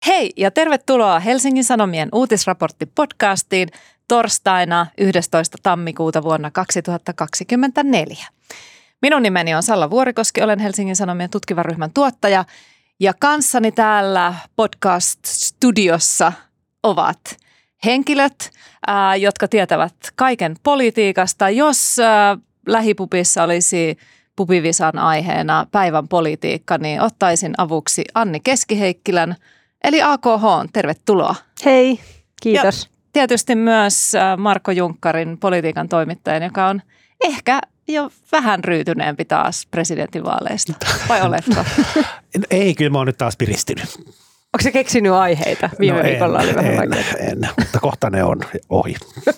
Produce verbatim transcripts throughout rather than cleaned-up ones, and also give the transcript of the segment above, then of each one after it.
Hei ja tervetuloa Helsingin Sanomien uutisraportti-podcastiin torstaina yhdestoista tammikuuta vuonna kaksituhattakaksikymmentäneljä. Minun nimeni on Salla Vuorikoski, olen Helsingin Sanomien tutkivan ryhmän tuottaja ja kanssani täällä podcast-studiossa ovat henkilöt, ää, jotka tietävät kaiken politiikasta. Jos ää, lähipupissa olisi pupivisan aiheena päivän politiikka, niin ottaisin avuksi Anni Keskiheikkilän, eli A K H. Tervetuloa. Hei, kiitos. Ja tietysti myös Marko Junkkarin, politiikan toimittajan, joka on ehkä jo vähän ryytyneempi taas presidentinvaaleista. Vai oletko? Ei, kyllä mä oon nyt taas piristynyt. Onko se keksinyt aiheita? Viime no viikolla en, oli vähän vaikeaa. En, en, mutta kohta ne on ohi.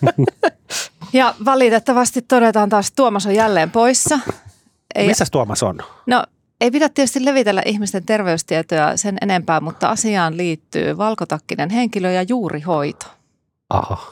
Ja valitettavasti todetaan taas, että Tuomas on jälleen poissa. Ei, Missäs Tuomas on? No ei pidä tietysti levitellä ihmisten terveystietoja sen enempää, mutta asiaan liittyy valkotakkinen henkilö ja juurihoito. Aha.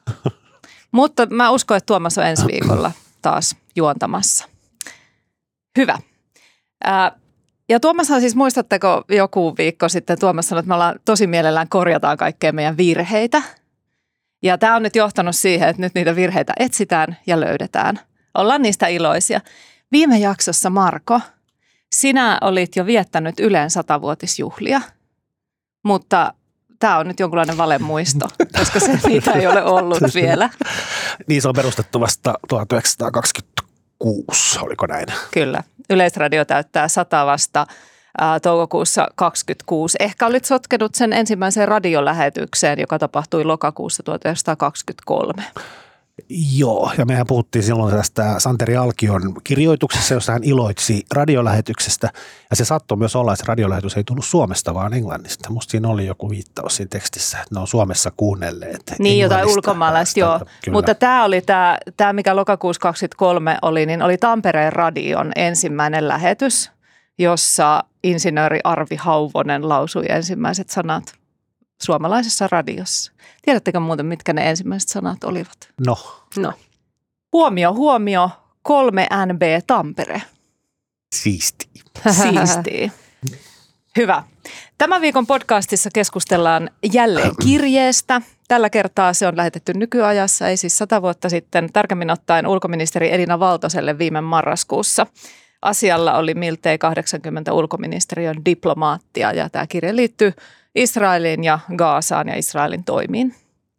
Mutta mä uskon, että Tuomas on ensi viikolla taas juontamassa. Hyvä. Ää, ja Tuomashan siis, muistatteko joku viikko sitten, Tuomas sanoi, että me ollaan tosi mielellään korjataan kaikkea meidän virheitä. Ja tämä on nyt johtanut siihen, että nyt niitä virheitä etsitään ja löydetään. Ollaan niistä iloisia. Viime jaksossa, Marko, sinä olit jo viettänyt Ylen satavuotisjuhlia, mutta tämä on nyt jonkunlainen valemuisto, koska se niitä ei ole ollut vielä. Niin, se on perustettu vasta tuhatyhdeksänsataakaksikymmentäkuusi, oliko näin? Kyllä. Yleisradio täyttää sata vasta ää, toukokuussa kaksikymmentäkuusi. Ehkä olit sotkenut sen ensimmäiseen radiolähetykseen, joka tapahtui lokakuussa tuhatyhdeksänsataakaksikymmentäkolme. Joo, ja mehän puhuttiin silloin tästä Santeri Alkion kirjoituksessa, jossa hän iloitsi radiolähetyksestä. Ja se saattoi myös olla, että radiolähetys ei tullut Suomesta, vaan Englannista. Musta siinä oli joku viittaus siinä tekstissä, että ne on Suomessa kuunnelleet. Niin, jotain ulkomaalaista, joo. Kyllä. Mutta tämä oli tämä, tämä, mikä lokakuussa kaksikymmentäkolme oli, niin oli Tampereen radion ensimmäinen lähetys, jossa insinööri Arvi Hauvonen lausui ensimmäiset sanat suomalaisessa radiossa. Tiedättekö muuten, mitkä ne ensimmäiset sanat olivat? No. No. Huomio, huomio, kolme N B Tampere. Siisti. Siisti. Hyvä. Tämän viikon podcastissa keskustellaan jälleen kirjeestä. Tällä kertaa se on lähetetty nykyajassa, ei siis sata vuotta sitten, tarkemmin ottaen ulkoministeri Elina Valtoselle viime marraskuussa. Asialla oli miltei kahdeksankymmentä ulkoministeriön diplomaattia ja tämä kirje liittyy Israeliin ja Gazaan ja Israelin toimiin.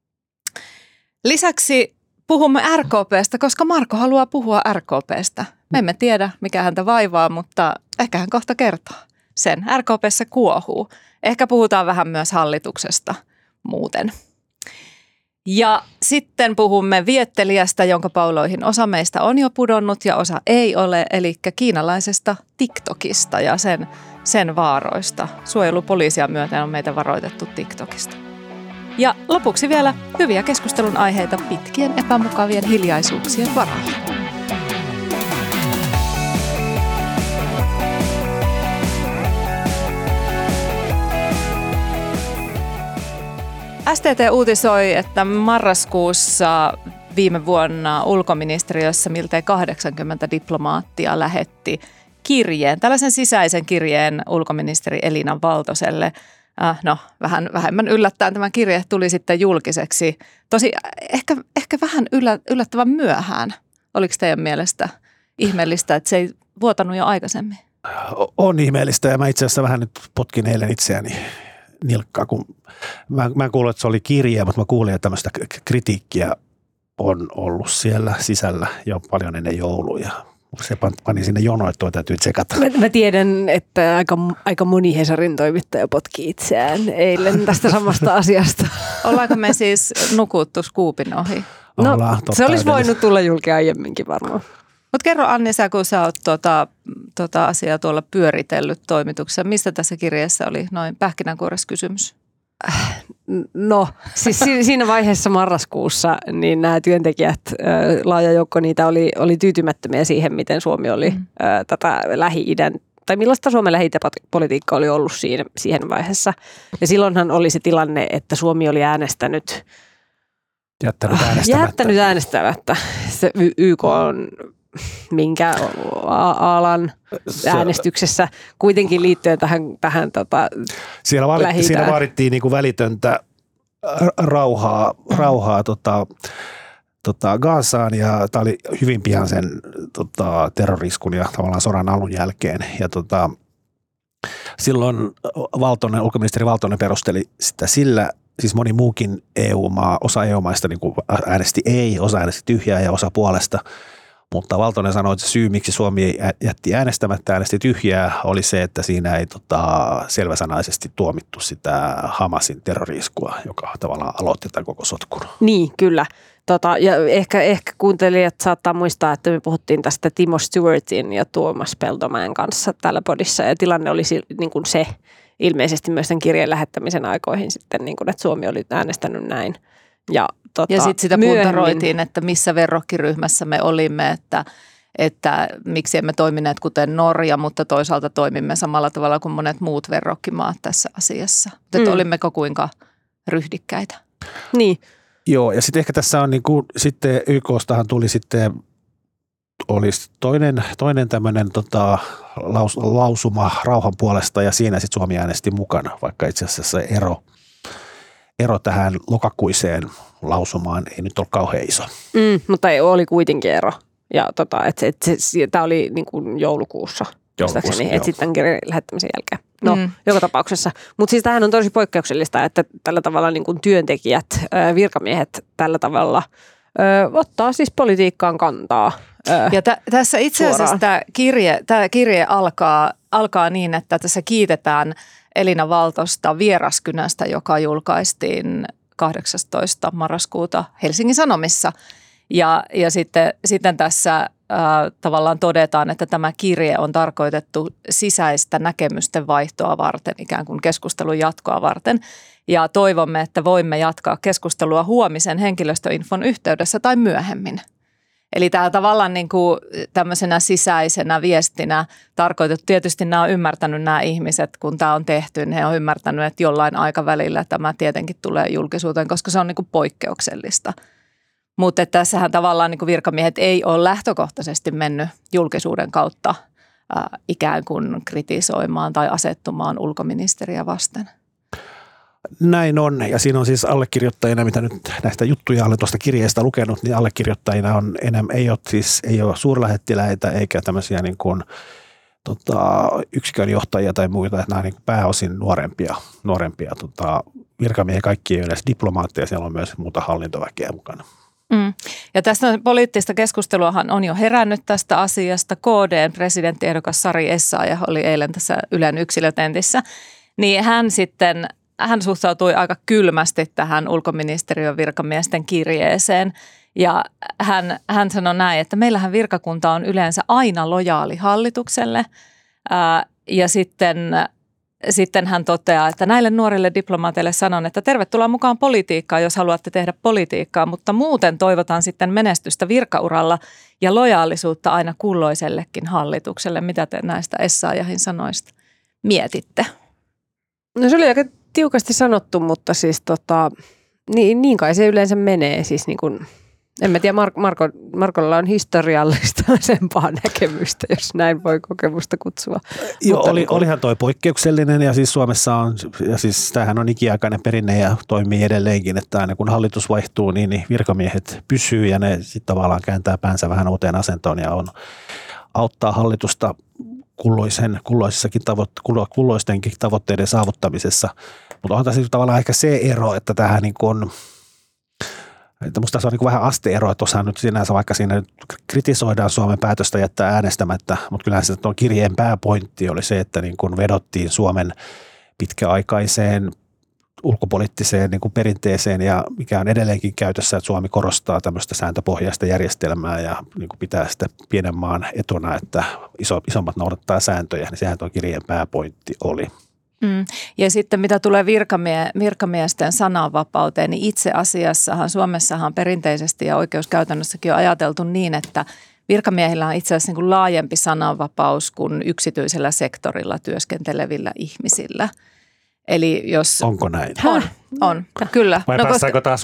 Lisäksi puhumme R K P:stä, koska Marko haluaa puhua R K P:stä. Me emme tiedä, mikä häntä vaivaa, mutta ehkä hän kohta kertoo sen. R K P:ssä kuohuu. Ehkä puhutaan vähän myös hallituksesta muuten. Ja sitten puhumme viettelijästä, jonka pauloihin osa meistä on jo pudonnut ja osa ei ole, eli kiinalaisesta TikTokista ja sen, sen vaaroista. Suojelupoliisia myöten on meitä varoitettu TikTokista. Ja lopuksi vielä hyviä keskustelun aiheita pitkien epämukavien hiljaisuuksien varalle. S T T uutisoi, että marraskuussa viime vuonna ulkoministeriössä miltei kahdeksankymmentä diplomaattia lähetti kirjeen, tällaisen sisäisen kirjeen ulkoministeri Elina Valtoselle. Äh, no, vähän vähemmän yllättäen tämä kirje tuli sitten julkiseksi. Tosi ehkä, ehkä vähän yllä, yllättävän myöhään. Oliko teidän mielestä ihmeellistä, että se ei vuotanut jo aikaisemmin? On ihmeellistä ja mä itse asiassa vähän nyt potkin eilen itseäni nilkkaa, kun mä, mä en kuullut, että se oli kirje, mutta mä kuulin, että tämmöistä kritiikkiä on ollut siellä sisällä jo paljon ennen jouluja. Se pani sinne jonoon, että tuo täytyy tsekata. Mä, mä tiedän, että aika, aika moni Hesarin toimittaja potki itseään eilen tästä samasta asiasta. Ollaanko me siis nukuttu skuupin ohi? No, Ollaan, se olisi voinut tulla julki aiemminkin varmaan. Mutta kerro Anni, sä kun sä oot tuota, tuota asiaa tuolla pyöritellyt toimituksessa, mistä tässä kirjeessä oli noin pähkinänkuoressa kysymys? No, siis siinä vaiheessa marraskuussa niin nämä työntekijät, laaja joukko niitä oli, oli tyytymättömiä siihen, miten Suomi oli mm. tätä Lähi-idän, tai millaista Suomen Lähi-itä-politiikka oli ollut siinä, siihen vaiheessa. Ja silloinhan oli se tilanne, että Suomi oli äänestänyt, jättänyt äänestämättä. Jättänyt äänestämättä. Se Y K on minkä alan äänestyksessä kuitenkin liittyen tähän, tähän tota, siellä vaadittiin, siinä vaadittiin niin kuin välitöntä rauhaa, rauhaa tota, tota, Gazaan ja tämä oli hyvin pian sen tota, terroriskun ja tavallaan sodan alun jälkeen ja tota, silloin Valtonen, ulkoministeri Valtonen perusteli sitä sillä, siis moni muukin E U-maa, osa E U-maista niin kuin äänesti ei, osa äänesti tyhjää ja osa puolesta. Mutta Valtonen sanoi, että syy, miksi Suomi jätti äänestämättä, äänesti tyhjää, oli se, että siinä ei tota, selväsanaisesti tuomittu sitä Hamasin terroriiskua, joka tavallaan aloitti tämän koko sotkun. Niin, kyllä. Tota, ja ehkä, ehkä kuuntelijat saattaa muistaa, että me puhuttiin tästä Timo Stewartin ja Tuomas Peltomäen kanssa täällä podissa. Ja tilanne oli niin kuin se ilmeisesti myös sen kirjeen lähettämisen aikoihin sitten, niin kuin, että Suomi oli äänestänyt näin. Ja, tota, ja sitten sitä puntaroitiin, että missä verrokkiryhmässä me olimme, että, että miksi emme toimineet kuten Norja, mutta toisaalta toimimme samalla tavalla kuin monet muut verrokkimaat tässä asiassa. Mm. Että olimmeko kuinka ryhdikkäitä. Niin. Joo, ja sitten ehkä tässä on niin kuin, sitten Y K:stahan tuli sitten, olisi toinen, toinen tämmöinen tota, laus, lausuma rauhan puolesta ja siinä sitten Suomi äänesti mukana, vaikka itse asiassa ero, ero tähän lokakuiseen lausumaan ei nyt ole kauhean iso. Mm, mutta ei, oli kuitenkin ero. Ja tota, että et, et, tämä oli niin kuin joulukuussa, joulukuussa että sitten kirjan lähettämisen jälkeen. No, mm. joka tapauksessa. Mutta siis tämähän on tosi poikkeuksellista, että tällä tavalla niin kuin työntekijät, virkamiehet tällä tavalla ö, ottaa siis politiikkaan kantaa. Ö, ja t- tässä itse asiassa tämä kirje, tämä kirje alkaa, alkaa niin, että tässä kiitetään Elina Valtosta Vieraskynästä, joka julkaistiin kahdeksastoista marraskuuta Helsingin Sanomissa. Ja, ja sitten, sitten tässä äh, tavallaan todetaan, että tämä kirje on tarkoitettu sisäistä näkemysten vaihtoa varten, ikään kuin keskustelun jatkoa varten. Ja toivomme, että voimme jatkaa keskustelua huomisen henkilöstöinfon yhteydessä tai myöhemmin. Eli tämä tavallaan niin kuin tämmöisenä sisäisenä viestinä tarkoitettu. Tietysti nämä on ymmärtänyt nämä ihmiset, kun tämä on tehty, niin he on ymmärtänyt, että jollain aikavälillä tämä tietenkin tulee julkisuuteen, koska se on niin kuin poikkeuksellista. Mutta tässähän tavallaan niin kuin virkamiehet ei ole lähtökohtaisesti mennyt julkisuuden kautta äh, ikään kuin kritisoimaan tai asettumaan ulkoministeriä vasten. Näin on, ja siinä on siis allekirjoittajina, mitä nyt näistä juttuja olen tuosta kirjeestä lukenut, niin allekirjoittajina on enemmän, ei ole siis ei ole suurlähettiläitä eikä tämmöisiä niin kuin, tota, yksikönjohtajia tai muita, että nämä on niin kuin pääosin nuorempia, nuorempia tota, virkamiehiä, kaikki ei ole edes diplomaatteja, siellä on myös muuta hallintoväkeä mukana. Mm. Ja tästä poliittista keskusteluahan on jo herännyt tästä asiasta. K D:n presidenttiehdokas Sari Essayah oli eilen tässä Ylen yksilötentissä, niin hän sitten hän suhtautui aika kylmästi tähän ulkoministeriön virkamiesten kirjeeseen ja hän, hän sanoi näin, että meillähän virkakunta on yleensä aina lojaali hallitukselle ää, ja sitten, sitten hän toteaa, että näille nuorille diplomaateille sanon, että tervetuloa mukaan politiikkaan, jos haluatte tehdä politiikkaa, mutta muuten toivotan sitten menestystä virkauralla ja lojaalisuutta aina kulloisellekin hallitukselle. Mitä te näistä Essayahin sanoista mietitte? No se oli aika tiukasti sanottu, mutta siis tota, niin, niin kai se yleensä menee. Siis niin kuin, en mä tiedä, Marko, Marko, Markolla on historiallisempaa näkemystä, jos näin voi kokemusta kutsua. Joo, mutta oli, niin kuin, olihan toi poikkeuksellinen ja siis Suomessa on, ja siis tämähän on ikiaikainen perinne ja toimii edelleenkin, että aina kun hallitus vaihtuu, niin, niin virkamiehet pysyy ja ne sitten tavallaan kääntää päänsä vähän uuteen asentoon ja on, auttaa hallitusta kulloisen, kulloisissakin tavoit- kulloistenkin tavoitteiden saavuttamisessa. Mutta on tässä tavallaan ehkä se ero, että tähän niin kuin, että musta se on niin kuin vähän asteero, että tuossa nyt sinänsä vaikka siinä nyt kritisoidaan Suomen päätöstä jättää äänestämättä, mutta kyllähän se tuon kirjeen pääpointti oli se, että niin kuin vedottiin Suomen pitkäaikaiseen ulkopoliittiseen niin kuin perinteeseen ja mikä on edelleenkin käytössä, että Suomi korostaa tämmöistä sääntöpohjaista järjestelmää ja niin kuin pitää sitä pienen maan etuna, että iso, isommat noudattaa sääntöjä, niin sehän tuo kirjeen pääpointti oli. Mm. Ja sitten mitä tulee virkamie- virkamiesten sananvapauteen, niin itse asiassahan Suomessahan perinteisesti ja oikeuskäytännössäkin on ajateltu niin, että virkamiehillä on itse asiassa niin kuin laajempi sananvapaus kuin yksityisellä sektorilla työskentelevillä ihmisillä. Eli jos Onko näin? On, on, kyllä. Vai no, päästäänkö taas oikomaan?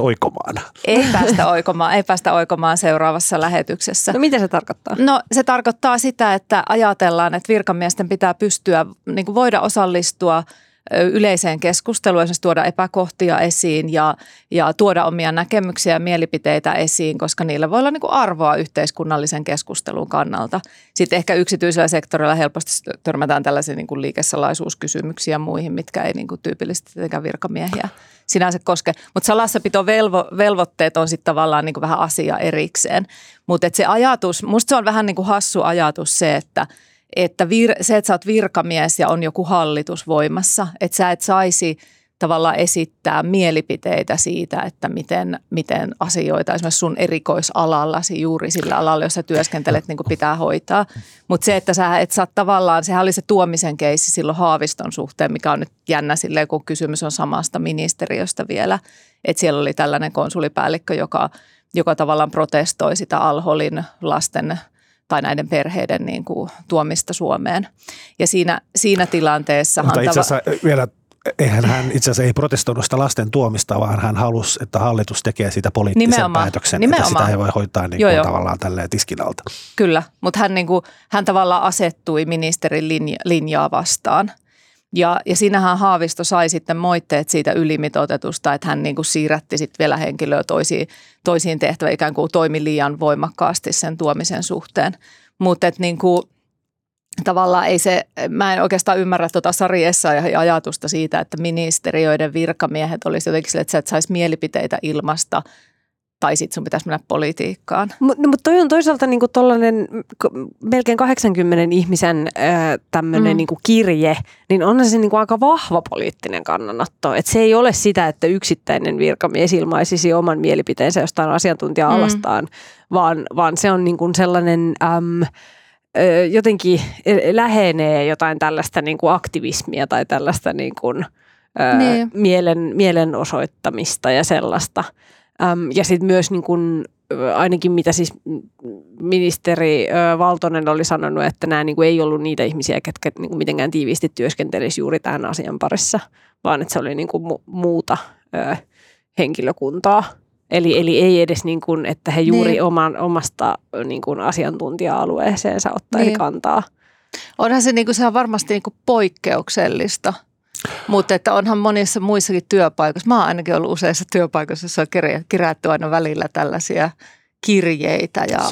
oikomaan. Ei päästä oikomaan, ei päästä oikomaan seuraavassa lähetyksessä. No mitä se tarkoittaa? No se tarkoittaa sitä, että ajatellaan, että virkamiesten pitää pystyä, niin kuin voida osallistua yleiseen keskusteluun, esimerkiksi tuoda epäkohtia esiin ja, ja tuoda omia näkemyksiä ja mielipiteitä esiin, koska niillä voi olla niin kuin arvoa yhteiskunnallisen keskustelun kannalta. Sitten ehkä yksityisellä sektorilla helposti törmätään tällaisiin niin kuin liikesalaisuuskysymyksiä ja muihin, mitkä ei niin kuin tyypillisesti tietenkään virkamiehiä sinänsä koske. Mutta salassapitovelvoitteet on sitten tavallaan niin kuin vähän asia erikseen. Mutta se ajatus, musta se on vähän niin kuin hassu ajatus se, että Että vir, se, että sä oot virkamies ja on joku hallitus voimassa, että sä et saisi tavallaan esittää mielipiteitä siitä, että miten, miten asioita esimerkiksi sun erikoisalallasi juuri sillä alalla, jossa työskentelet, niin kuin pitää hoitaa. Mutta se, että sä et saa tavallaan, sehän oli se Tuomisen keissi silloin Haaviston suhteen, mikä on nyt jännä silleen, kun kysymys on samasta ministeriöstä vielä. Että siellä oli tällainen konsulipäällikkö, joka, joka tavallaan protestoi sitä Al-Holin lasten tai näiden perheiden niin kuin tuomista Suomeen. Ja siinä, siinä tilanteessa... Mutta itse asiassa vielä, eihän hän itse asiassa ei protestoinut sitä lasten tuomista, vaan hän halusi, että hallitus tekee siitä poliittisen nimenomaan, päätöksen, nimenomaan. Että sitä ei voi hoitaa niin kuin tavallaan tälleen tiskin alta. Kyllä, mutta hän, niin kuin, hän tavallaan asettui ministerin linja, linjaa vastaan. Ja, ja siinähän Haavisto sai sitten moitteet siitä ylimitoitetusta, että hän niin kuin siirrätti sitten vielä henkilöä toisiin, toisiin tehtäviin, ikään kuin toimi liian voimakkaasti sen tuomisen suhteen. Mutta niin kuin, tavallaan ei se, mä en oikeastaan ymmärrä tuota Sari Essayahin ajatusta siitä, että ministeriöiden virkamiehet olisi jotenkin sille, että sä et saisi mielipiteitä ilmasta, tai sitten sun pitäisi mennä politiikkaan. Mutta no, mut toi on toisaalta niinku tollainen melkein kahdeksankymmenen ihmisen tämmöinen mm. niinku kirje, niin onhan se niinku aika vahva poliittinen kannanotto. Et se ei ole sitä, että yksittäinen virkamies ilmaisisi oman mielipiteensä jostain asiantuntija-alastaan, mm. vaan, vaan se on niinku sellainen... Äm, jotenkin lähenee jotain tällaista niinku aktivismia tai tällaista niinku, ää, niin. mielen, mielenosoittamista ja sellaista. Äm, ja sitten myös niin kun, ainakin mitä siis ministeri ö, Valtonen oli sanonut, että nämä niin kun ei ollut niitä ihmisiä, ketkä niin kun mitenkään tiiviisti työskentelisi juuri tämän asian parissa, vaan että se oli niin kun mu- muuta ö, henkilökuntaa. Eli, eli ei edes niin kuin, että he juuri niin. oman, omasta niin kuin asiantuntija-alueeseensa ottaisi niin. kantaa. Onhan se, niin kuin, se on varmasti niin kuin poikkeuksellista, mutta että onhan monissa muissakin työpaikoissa. Mä oon ainakin ollut useissa työpaikoissa, joissa on kerätty aina välillä tällaisia kirjeitä ja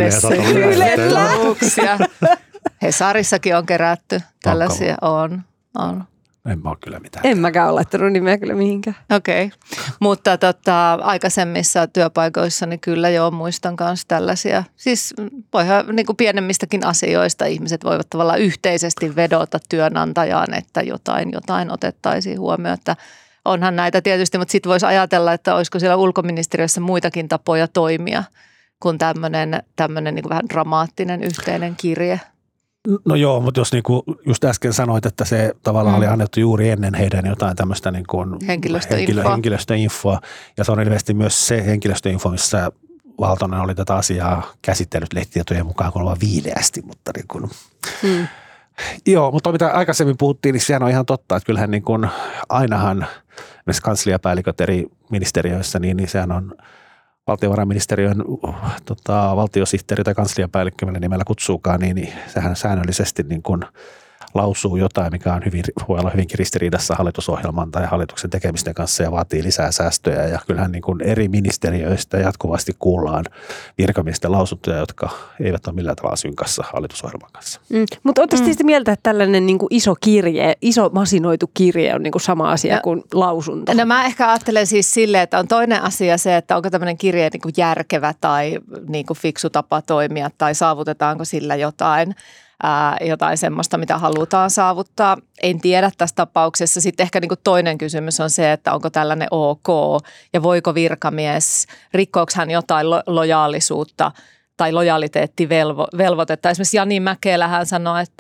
adressiluuksia. Hesarissakin on kerätty tällaisia. On, on. En mä ole kyllä mitään. En mäkään ole laittanut nimeä kyllä mihinkään. Okei, okay. Mutta tota, aikaisemmissa työpaikoissa niin kyllä joo, muistan myös tällaisia. Siis voihan niin kuin pienemmistäkin asioista ihmiset voivat tavallaan yhteisesti vedota työnantajaan, että jotain, jotain otettaisiin huomioon. Että onhan näitä tietysti, mutta sitten voisi ajatella, että olisiko siellä ulkoministeriössä muitakin tapoja toimia kuin tämmöinen, tämmöinen niin kuin vähän dramaattinen yhteinen kirje. No joo, mutta jos niinku just äsken sanoit, että se tavallaan mm. oli annettu juuri ennen heidän jotain tämmöistä niinku henkilöstöinfoa. Henkilö, henkilöstöinfoa. Ja se on ilmeisesti myös se henkilöstöinfo, missä Valtonen oli tätä asiaa käsittänyt lehtitietojen mukaan kun vaan viileästi. Mutta niin kuin, mm. Joo, mutta mitä aikaisemmin puhuttiin, niin sehän on ihan totta, että kyllähän niin kuin ainahan myös kansliapäälliköt eri ministeriöissä, niin, niin sehän on valtiovarainministeriön tota, valtiosihteeri tai kansliapäällikkö, millä nimellä kutsuukaan, niin, niin sehän säännöllisesti niin kuin lausuu jotain, mikä on hyvin, voi olla hyvinkin ristiriidassa hallitusohjelman tai hallituksen tekemisten kanssa ja vaatii lisää säästöjä. Ja kyllähän niin kuin eri ministeriöistä jatkuvasti kuullaan virkamiesten lausuntoja, jotka eivät ole millään tavalla synkassa hallitusohjelman kanssa. Mm, mutta oletko mm. sitä mieltä, että tällainen niin kuin iso kirje, iso masinoitu kirje on niin kuin sama asia no, kuin lausunto? No mä ehkä ajattelen siis silleen, että on toinen asia se, että onko tämmöinen kirje niin kuin järkevä tai niin kuin fiksu tapa toimia tai saavutetaanko sillä jotain. Ää, jotain semmoista, mitä halutaan saavuttaa. En tiedä tässä tapauksessa. Sitten ehkä niin kuin toinen kysymys on se, että onko tällainen ok ja voiko virkamies, rikkooko hän jotain lo- lojaalisuutta tai lojaliteettivelvoitetta. Esimerkiksi Jani Mäkelähän sanoi, että,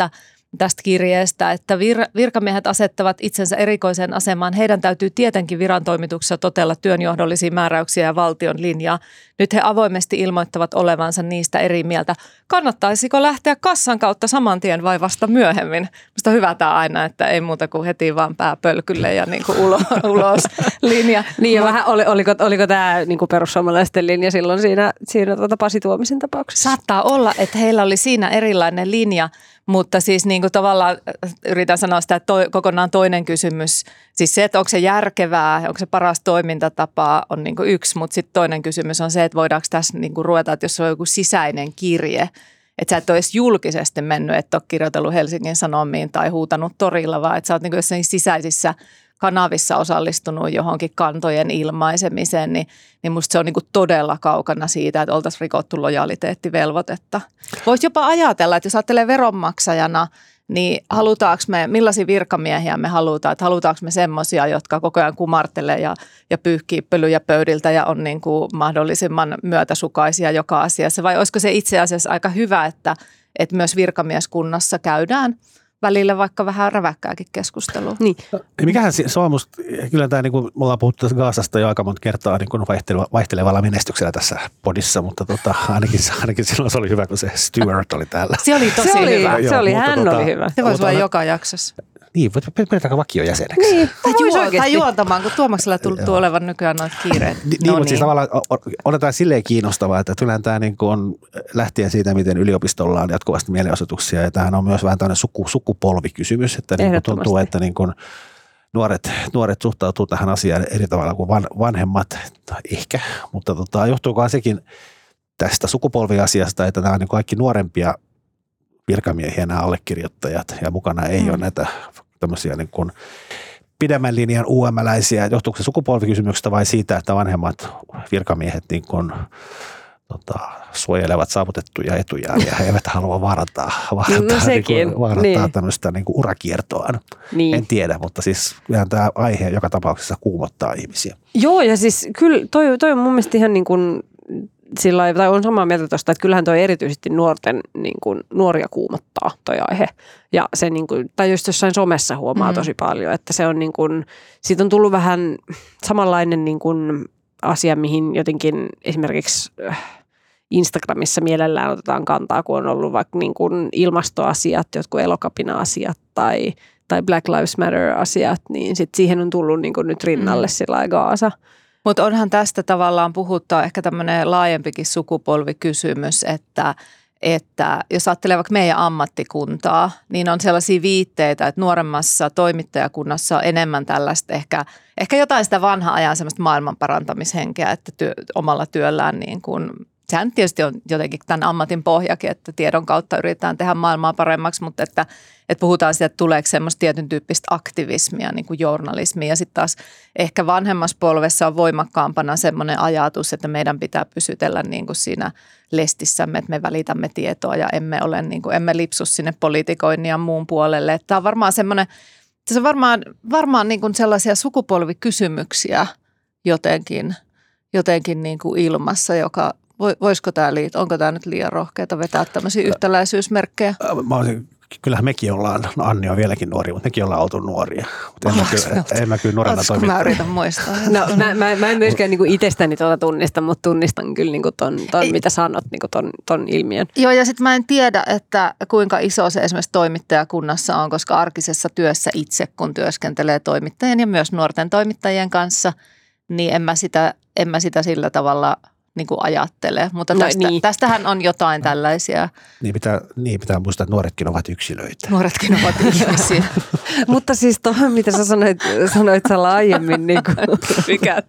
tästä kirjeestä, että vir- virkamiehet asettavat itsensä erikoiseen asemaan. Heidän täytyy tietenkin virantoimituksessa totella työnjohdollisia määräyksiä ja valtion linjaa. Nyt he avoimesti ilmoittavat olevansa niistä eri mieltä. Kannattaisiko lähteä kassan kautta saman tien vai vasta myöhemmin? Minusta on hyvä tämä aina, että ei muuta kuin heti vaan pää pölkylle ja niin kuin ulos, ulos linja. Niin ja vähän, oli, oliko, oliko tämä niin kuin perussuomalaisten linja silloin siinä, siinä tuota Pasi Tuomisen tapauksessa? Saattaa olla, että heillä oli siinä erilainen linja, mutta siis niin kuin tavallaan yritän sanoa sitä, että toi, kokonaan toinen kysymys. Siis se, että onko se järkevää, onko se paras toimintatapa on niin kuin yksi, mutta sitten toinen kysymys on se, että voidaanko tässä niin kuin ruveta, että jos on joku sisäinen kirje, että sä et ole edes julkisesti mennyt, että ole kirjoitellut Helsingin Sanomiin tai huutanut torilla, vaan että sä oot niin kuin jossain sisäisissä kanavissa osallistunut johonkin kantojen ilmaisemiseen, niin, niin musta se on niin kuin todella kaukana siitä, että oltaisiin rikottu lojaliteettivelvoitetta. Voisi jopa ajatella, että jos ajattelee veronmaksajana, niin halutaanko me, millaisia virkamiehiä me halutaan, että halutaanko me semmoisia, jotka koko ajan kumartelee ja, ja pyyhkii pölyjä pöydiltä ja on niin kuin mahdollisimman myötäsukaisia joka asiassa, vai olisiko se itse asiassa aika hyvä, että, että myös virkamieskunnassa käydään välillä vaikka vähän räväkkääkin keskustelua. Niin. Mikähän se on musta, kyllä tämä, niin kuin me ollaan puhuttu tästä Gazasta jo aika monta kertaa niin kuin vaihtelevalla menestyksellä tässä podissa, mutta tota, ainakin, ainakin silloin se oli hyvä, kun se Stewart oli täällä. Se oli tosi se oli, hyvä. Se oli, hän tota, oli hyvä. Se voisi olla joka jaksossa. Niin, pidetäänkö vakiojäseneksi? Niin, tai, juo, tai juontamaan, kun Tuomaksella tuntuu olevan nykyään noita kiireet. Niin, no mutta niin. Siis tavallaan otetaan silleen kiinnostavaa, että kyllähän tämä niin on lähtien siitä, miten yliopistolla on jatkuvasti mielenosoituksia, ja tämähän on myös vähän tämmöinen suku, sukupolvikysymys, että niin tuntuu, että niin kuin nuoret, nuoret suhtautuu tähän asiaan eri tavalla kuin van, vanhemmat, ehkä, mutta tota, johtuukohan sekin tästä sukupolviasiasta, että nämä on niin kaikki nuorempia virkamiehiä, nämä allekirjoittajat, ja mukana ei mm. ole näitä tämmöisiä niin kuin pidemmän linjan U M-läisiä. Johtuuko se sukupolvikysymyksestä vai siitä, että vanhemmat virkamiehet niin kuin, tota, suojelevat saavutettuja etujaan ja he eivät halua vaarantaa, vaarantaa, no sekin, niin kuin, vaarantaa niin. tämmöistä niin kuin urakiertoaan. Niin. En tiedä, mutta siis tämä aihe joka tapauksessa kuumottaa ihmisiä. Joo, ja siis kyllä toi, toi on mun mielestä ihan niin kuin sillä tai on samaa mieltä tuosta, että kyllähän toi erityisesti nuorten, niin kuin, nuoria kuumottaa toi aihe. Ja se niin kuin, tai just jossain somessa huomaa mm. tosi paljon, että se on niin kuin, siitä on tullut vähän samanlainen niin kuin asia, mihin jotenkin esimerkiksi Instagramissa mielellään otetaan kantaa, kun on ollut vaikka niin kuin ilmastoasiat, jotkut elokapina-asiat tai, tai Black Lives Matter-asiat, niin sit siihen on tullut niin kuin nyt rinnalle mm. sillä Gaza. Mutta onhan tästä tavallaan puhuttaa ehkä tämmöinen laajempikin sukupolvikysymys, että, että jos ajattelee vaikka meidän ammattikuntaa, niin on sellaisia viitteitä, että nuoremmassa toimittajakunnassa on enemmän tällaista ehkä, ehkä jotain sitä vanhaa ajan semmoista maailmanparantamishenkeä, että työ, omalla työllään niin kuin, sehän tietysti on jotenkin tämän ammatin pohjakin, että tiedon kautta yritetään tehdä maailmaa paremmaksi, mutta että, että puhutaan siitä, että tuleeko semmoista tietyn tyyppistä aktivismia, niin kuin journalismia. Ja sitten taas ehkä vanhemmassa polvessa on voimakkaampana semmoinen ajatus, että meidän pitää pysytellä niin kuin siinä lestissämme, että me välitämme tietoa ja emme ole niin kuin, emme lipsu sinne politikoinnin ja muun puolelle. Tämä on varmaan semmoinen, se on varmaan, varmaan niin kuin sellaisia sukupolvikysymyksiä jotenkin, jotenkin niin kuin ilmassa, joka voisiko tämä liittyä, onko tämä nyt liian rohkeata vetää tämmöisiä yhtäläisyysmerkkejä? Mä olisin, kyllähän mekin ollaan, no Anni on vieläkin nuori, mutta mekin ollaan oltu nuoria. Mutta en, mä, en mä kyllä nuorena toimittaa. Mä yritän muistaa. No, mä, mä, mä en myöskään niinku itsestäni tuota tunnista, mutta tunnistan kyllä niinku ton, ton mitä sanot, niinku ton, ton ilmiön. Joo, ja sitten mä en tiedä, että kuinka iso se esimerkiksi toimittajakunnassa on, koska arkisessa työssä itse, kun työskentelee toimittajien ja myös nuorten toimittajien kanssa, niin en mä sitä, en mä sitä sillä tavalla niin kuin ajattelee, mutta tästä, no, niin. tästähän on jotain tällaisia. Niin pitää, niin pitää muistaa, että nuoretkin ovat yksilöitä. Nuoretkin ovat ihmisiä. Mutta siis tuohon, mitä sä sanoit, sanoit sä aiemmin. Niin kuin, mikä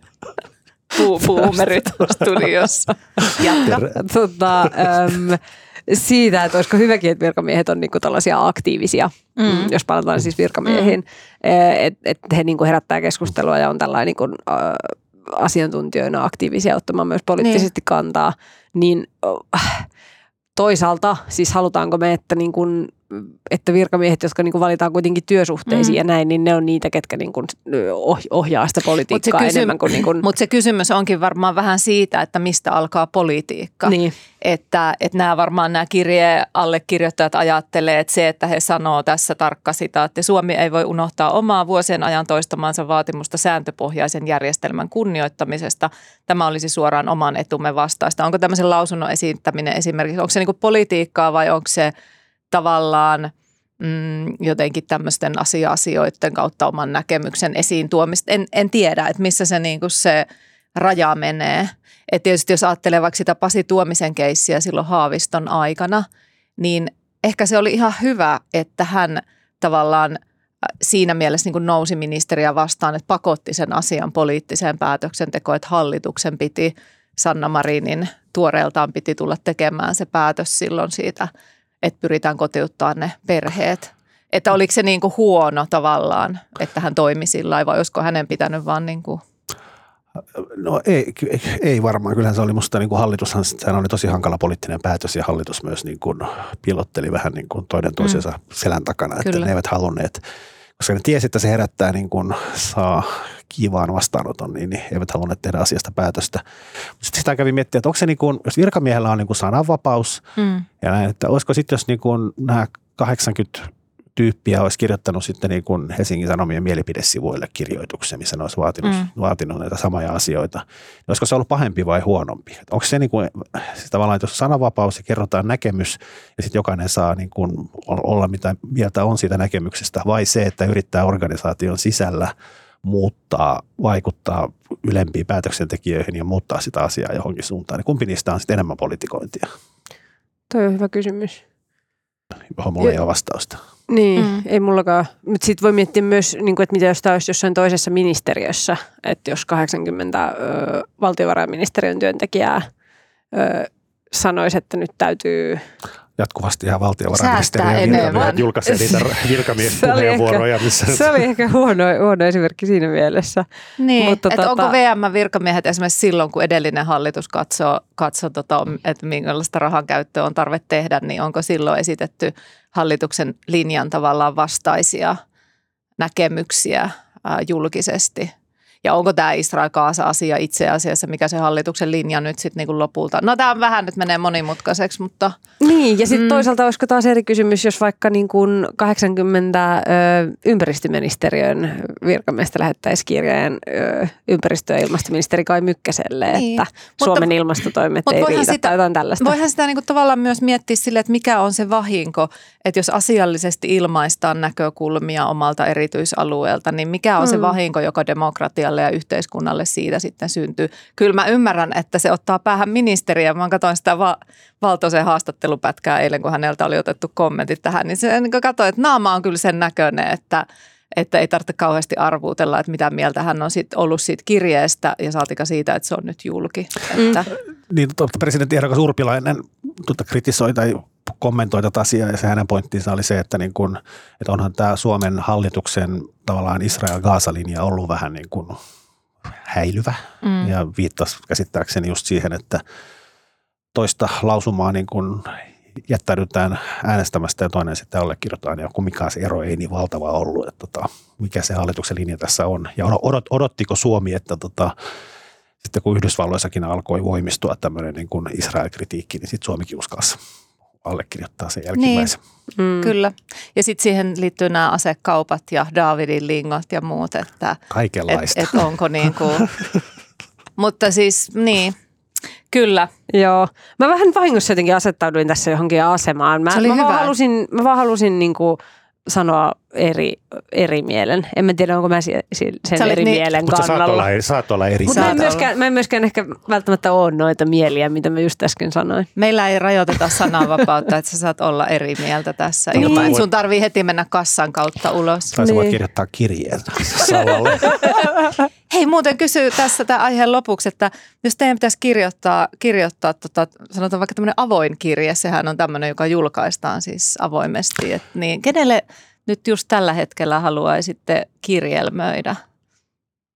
puumerit studiossa. Tota, äm, siitä, että olisiko hyväkin, että virkamiehet on niinku tällaisia aktiivisia, mm. jos palataan siis virkamiehiin, mm. että et he niinku herättää keskustelua ja on tällainen niinku, äh, asiantuntijoina aktiivisia ottamaan myös poliittisesti niin. kantaa, niin äh, toisaalta siis halutaanko me, että niin kuin että virkamiehet, jotka niin kuin valitaan kuitenkin työsuhteisiin mm. ja näin, niin ne on niitä, ketkä niin kuin ohjaa sitä politiikkaa Mut enemmän kuin... Niin kuin... Mutta se kysymys onkin varmaan vähän siitä, että mistä alkaa politiikka. Niin. Että, että nämä varmaan nämä kirjeen allekirjoittajat ajattelee, että se, että he sanoo tässä tarkka sitaatti, Suomi ei voi unohtaa omaa vuosien ajan toistamansa vaatimusta sääntöpohjaisen järjestelmän kunnioittamisesta. Tämä olisi suoraan oman etumme vastaista. Onko tämmöisen lausunnon esittäminen esimerkiksi, onko se niin kuin politiikkaa vai onko se tavallaan mm, jotenkin tämmöisten asia-asioiden kautta oman näkemyksen esiin tuomista? En, en tiedä, että missä se, niin kuin se raja menee. Että tietysti jos ajattelee vaikka sitä Pasi Tuomisen keissiä silloin Haaviston aikana, niin ehkä se oli ihan hyvä, että hän tavallaan siinä mielessä niin kuin nousi ministeriä vastaan, että pakotti sen asian poliittiseen päätöksentekoon, että hallituksen piti, Sanna Marinin tuoreeltaan piti tulla tekemään se päätös silloin siitä, että pyritään kotiuttamaan ne perheet. Että oliko se niin kuin huono tavallaan, että hän toimi sillä lailla, vai olisiko hänen pitänyt vaan niin kuin... No ei, ei varmaan. Kyllähän se oli musta niin kuin hallitushan, sehän oli tosi hankala poliittinen päätös ja hallitus myös niin kuin piilotteli vähän niin kuin toinen toisensa mm. selän takana, että Kyllä. ne eivät halunneet, koska ne tiesi, että se herättää niin kuin saa kiivaan vastaanoton, niin, niin eivät halunneet tehdä asiasta päätöstä. Sitten sitä kävi miettiä, että onko se niin kuin, jos virkamiehellä on niin kuin sananvapaus mm. ja näin, että olisiko sitten, jos niin kuin nämä kahdeksankymmentä tyyppiä olisi kirjoittanut sitten niin kuin Helsingin Sanomien mielipidesivuille kirjoituksen, missä ne olisi vaatinut, mm. vaatinut näitä samoja asioita. Niin olisiko se ollut pahempi vai huonompi? Että onko se niin kuin, siis tavallaan, että jos sananvapaus ja kerrotaan näkemys ja sitten jokainen saa niin kuin olla mitä mieltä on siitä näkemyksestä, vai se, että yrittää organisaation sisällä muuttaa, vaikuttaa ylempiin päätöksentekijöihin ja muuttaa sitä asiaa johonkin suuntaan. Niin kumpi niistä on sitten enemmän politikointia? Toi on hyvä kysymys. Johon mulla ei ole vastausta. Niin, mm. ei mullakaan. Mutta sitten voi miettiä myös, niin kuin, että mitä jos tämä olisi jossain toisessa ministeriössä, että jos kahdeksankymmentä ö, valtiovarainministeriön työntekijää ö, sanoisi, että nyt täytyy... Jatkuvasti ihan valtiovarainministeriön virkamiehet julkaisee niitä virkamiespuheenvuoroja. Missä se oli ehkä huono, huono esimerkki siinä mielessä. Niin, mutta että tota, onko V M-virkamiehet esimerkiksi silloin, kun edellinen hallitus katsoo, katsoo tota, että minkälaista rahan käyttöä on tarve tehdä, niin onko silloin esitetty hallituksen linjan tavallaan vastaisia näkemyksiä ää, julkisesti? Ja onko tämä Israel-Gaza-asia itse asiassa, mikä se hallituksen linja nyt sitten niinku lopulta? No tämä vähän nyt menee monimutkaiseksi, mutta... Niin, ja sitten mm. toisaalta olisiko taas eri kysymys, jos vaikka niin kuin kahdeksankymmentä ö, ympäristöministeriön virkamiestä lähettäisi kirjeen ö, ympäristö- ja ilmastoministeri Kai Mykkäselle, niin. että mutta, Suomen ilmastotoimet ei riitä sitä, tai jotain tällaista. Voihan sitä niinku tavallaan myös miettiä sille, että mikä on se vahinko, että jos asiallisesti ilmaistaan näkökulmia omalta erityisalueelta, niin mikä on mm. se vahinko, joka demokratia ja yhteiskunnalle siitä sitten syntyy. Kyllä mä ymmärrän, että se ottaa päähän ministeriä. Mä katsoin sitä va- Valtosen haastattelupätkää eilen, kun häneltä oli otettu kommentit tähän, niin se niin katsoin, että naama on kyllä sen näköinen, että, että ei tarvitse kauheasti arvuutella, että mitä mieltä hän on sit ollut siitä kirjeestä ja saatika siitä, että se on nyt julki. Että. Mm. Niin, presidentti ehdokas Urpilainen tuota, kritisoi tai kommentoi tätä asiaa ja se hänen pointtinsa oli se, että, niin kun, että onhan tämä Suomen hallituksen tavallaan Israel-Gaza-linja ollut vähän niin kuin häilyvä mm. ja viittasi käsittääkseni just siihen, että toista lausumaa niin kuin jättäydytään äänestämästä ja toinen sitten allekirjoitetaan ja kumminkaan se ero ei niin valtava ollut, että tota, mikä se hallituksen linja tässä on ja odot, odottiko Suomi, että tota, sitten kun Yhdysvalloissakin alkoi voimistua tämmöinen niin kuin Israel-kritiikki, niin sitten Suomikin uskalsi allekirjoittaa sen jälkimmäisen. Niin, mm. Kyllä. Ja sitten siihen liittyy nämä asekaupat ja Daavidin lingot ja muut, että kaikenlaista. Et, et onko niin kuin, mutta siis niin, kyllä. Joo. Mä vähän vahingossa jotenkin asettauduin tässä johonkin asemaan. Mä, se oli mä hyvä. Vaan halusin, mä vaan halusin niin kuin sanoa eri, eri mielen. En mä tiedä, onko mä si, si, sen eri niin, mielen mutta kannalla. Mutta saat, saat olla eri. Mutta mä, mä en myöskään ehkä välttämättä ole noita mieliä, mitä mä just äsken sanoin. Meillä ei rajoiteta sananvapautta, että sä saat olla eri mieltä tässä. Ilman, niin. Että sun tarvii heti mennä kassan kautta ulos. Tai sä voit niin. kirjoittaa kirjeen Savalle. Hei, muuten kysyy tässä tämän aiheen lopuksi, että jos teidän pitäisi kirjoittaa, kirjoittaa tota, sanotaan vaikka tämmöinen avoin kirje, sehän on tämmöinen, joka julkaistaan siis avoimesti, että niin kenelle nyt just tällä hetkellä haluaisitte kirjelmöidä?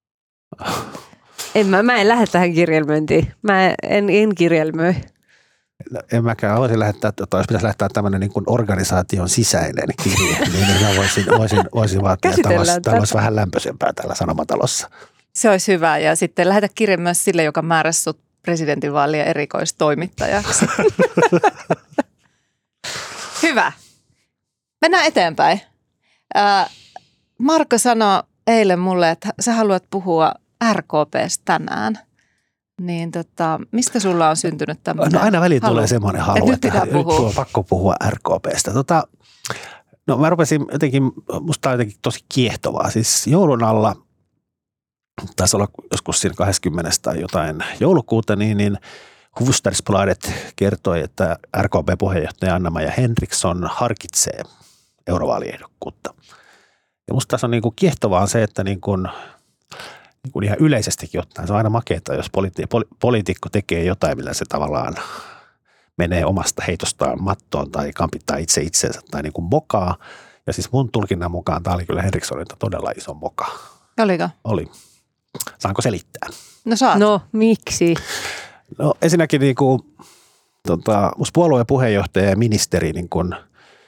En mä, mä en lähde tähän kirjelmöintiin. Mä en, en kirjelmöi. No, en mäkään voisin lähettää, tota, jos pitäisi lähettää tämmöinen niin kuin organisaation sisäinen kirje, niin mä voisin, voisin, voisin vaatia, että tämä olisi, tämä olisi vähän lämpöisempää täällä Sanomatalossa. Se olisi hyvä ja sitten lähetä kirje myös sille, joka määräsi sut presidentinvaalien erikoistoimittajaksi. Hyvä. Mennään eteenpäin. Äh, Marko sanoi eilen mulle, että sä haluat puhua R K P:stä tänään. Niin tota, mistä sulla on syntynyt tämmöinen No aina väliin halu? tulee semmoinen halu, Et nyt että pitää nyt puhua. on pakko puhua R K P:stä. Tota, no mä rupesin jotenkin, musta on jotenkin tosi kiehtovaa. Siis joulun alla, taisi olla joskus siinä kahdeskymmenes tai jotain joulukuuta, niin, niin Hufvudstadsbladet kertoi, että R K P-puheenjohtaja Anna-Maja Henriksson harkitsee eurovaaliehdokkuutta. Ja musta tässä on niin kuin kiehtovaa on se, että niin kuin, niin kuin ihan yleisestikin ottaen, se on aina makeata, jos politi- poli- poliitikko tekee jotain, millä se tavallaan menee omasta heitostaan mattoon tai kampittaa itse itsensä tai niin kuin mokaa. Ja siis mun tulkinnan mukaan tämä oli kyllä Henrikssonilta todella iso moka. Oliko? Oli. Saanko selittää? No saat. No, miksi? No ensinnäkin niin kuin, tota, musta puolueen puheenjohtaja ja ministeri niin kuin,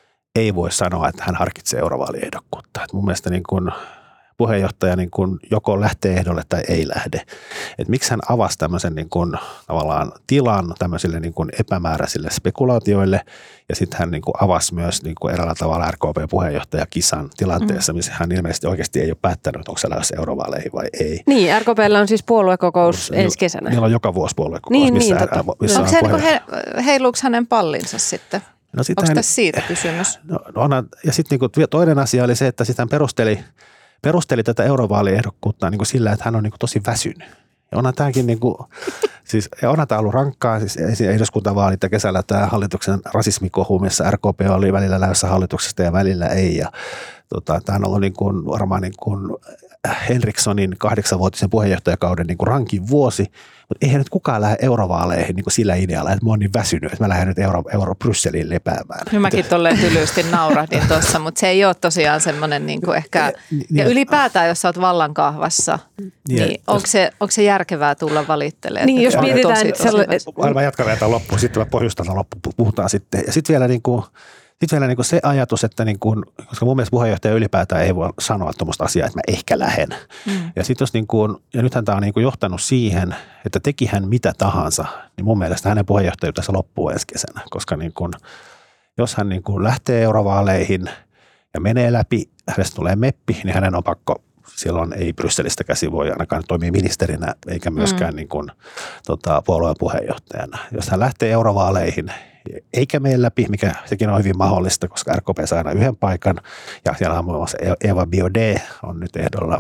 ei voi sanoa, että hän harkitsee eurovaaliehdokkuutta. Et mun mielestä niin kuin, puheenjohtaja niin kuin, joko lähtee ehdolle tai ei lähde. Et miksi hän avasi tämmöisen niin kuin, tavallaan tilan tämmöisille niin kuin, epämääräisille spekulaatioille ja sitten hän niin kuin, avasi myös niin kuin, eräällä tavalla R K P-puheenjohtajakisan tilanteessa, missä hän ilmeisesti oikeasti ei ole päättänyt, onko se lähdössä eurovaaleihin vai ei. Niin, R K P:llä on siis puoluekokous Niillä- ensi kesänä. Niillä on joka vuosi puoluekokous, Niin, missä, niin, totta. missä Onko on se niin kuin puheenjohtaja. he, heiluuko hänen pallinsa sitten? No sit Onko hän- tässä siitä kysymys? No, no onhan, ja sitten niinku toinen asia oli se, että sitten hän perusteli, perusteli tätä eurovaaliehdokkuutta niinku sillä, että hän on niinku tosi väsynyt. Ja onhan tämäkin niinku, siis ja onhan tämä ollut rankkaa, siis eduskuntavaalit ja kesällä tämä hallituksen rasismikohu, missä R K P oli välillä lähdössä hallituksesta ja välillä ei. Ja tota, tämä on ollut niinku, varmaan niinku Henrikssonin kahdeksanvuotisen puheenjohtajakauden niinku rankin vuosi, mutta eihän nyt kukaan lähde eurovaaleihin niinku sillä idealla, että mä oon niin väsynyt, että mä lähden nyt euro, euro Brysseliin lepäämään. Kyllä mäkin tolleen tylysti naurahdin tuossa, mutta se ei ole tosiaan semmoinen niin kuin ehkä, Niin, ja ylipäätään jos sä oot vallankahvassa, Niin, niin jos- onko se, onko se järkevää tulla valittelemaan? Niin, jos Että mietitään, tosi, että tosi sella- väsynyt. Mä jatkan vielä tämän loppuun, sitten mä pohjustan tämän loppuun, puhutaan sitten. Ja sitten vielä, niin kuin, sit vielä niin kuin se ajatus, että niin kuin, koska mun mielestä puheenjohtaja ylipäätään ei voi sanoa tuommoista asiaa, että mä ehkä lähden. Mm. Ja sitten jos niin kuin, ja nythän tämä on niin kuin johtanut siihen, että teki hän mitä tahansa, niin mun mielestä hänen puheenjohtajuutensa loppuu ensi kesänä, koska niin kuin, jos hän niin kuin lähtee eurovaaleihin ja menee läpi, hänestä tulee meppi, niin hänen on pakko, silloin ei Brysselistä käsi voi ainakaan toimia ministerinä eikä myöskään mm. niin kuin, tota, puolueen puheenjohtajana. Jos hän lähtee eurovaaleihin eikä mene läpi, mikä sekin on hyvin mahdollista, koska R K P saa aina yhden paikan ja siellä on muun muassa Eva Biaudet on nyt ehdolla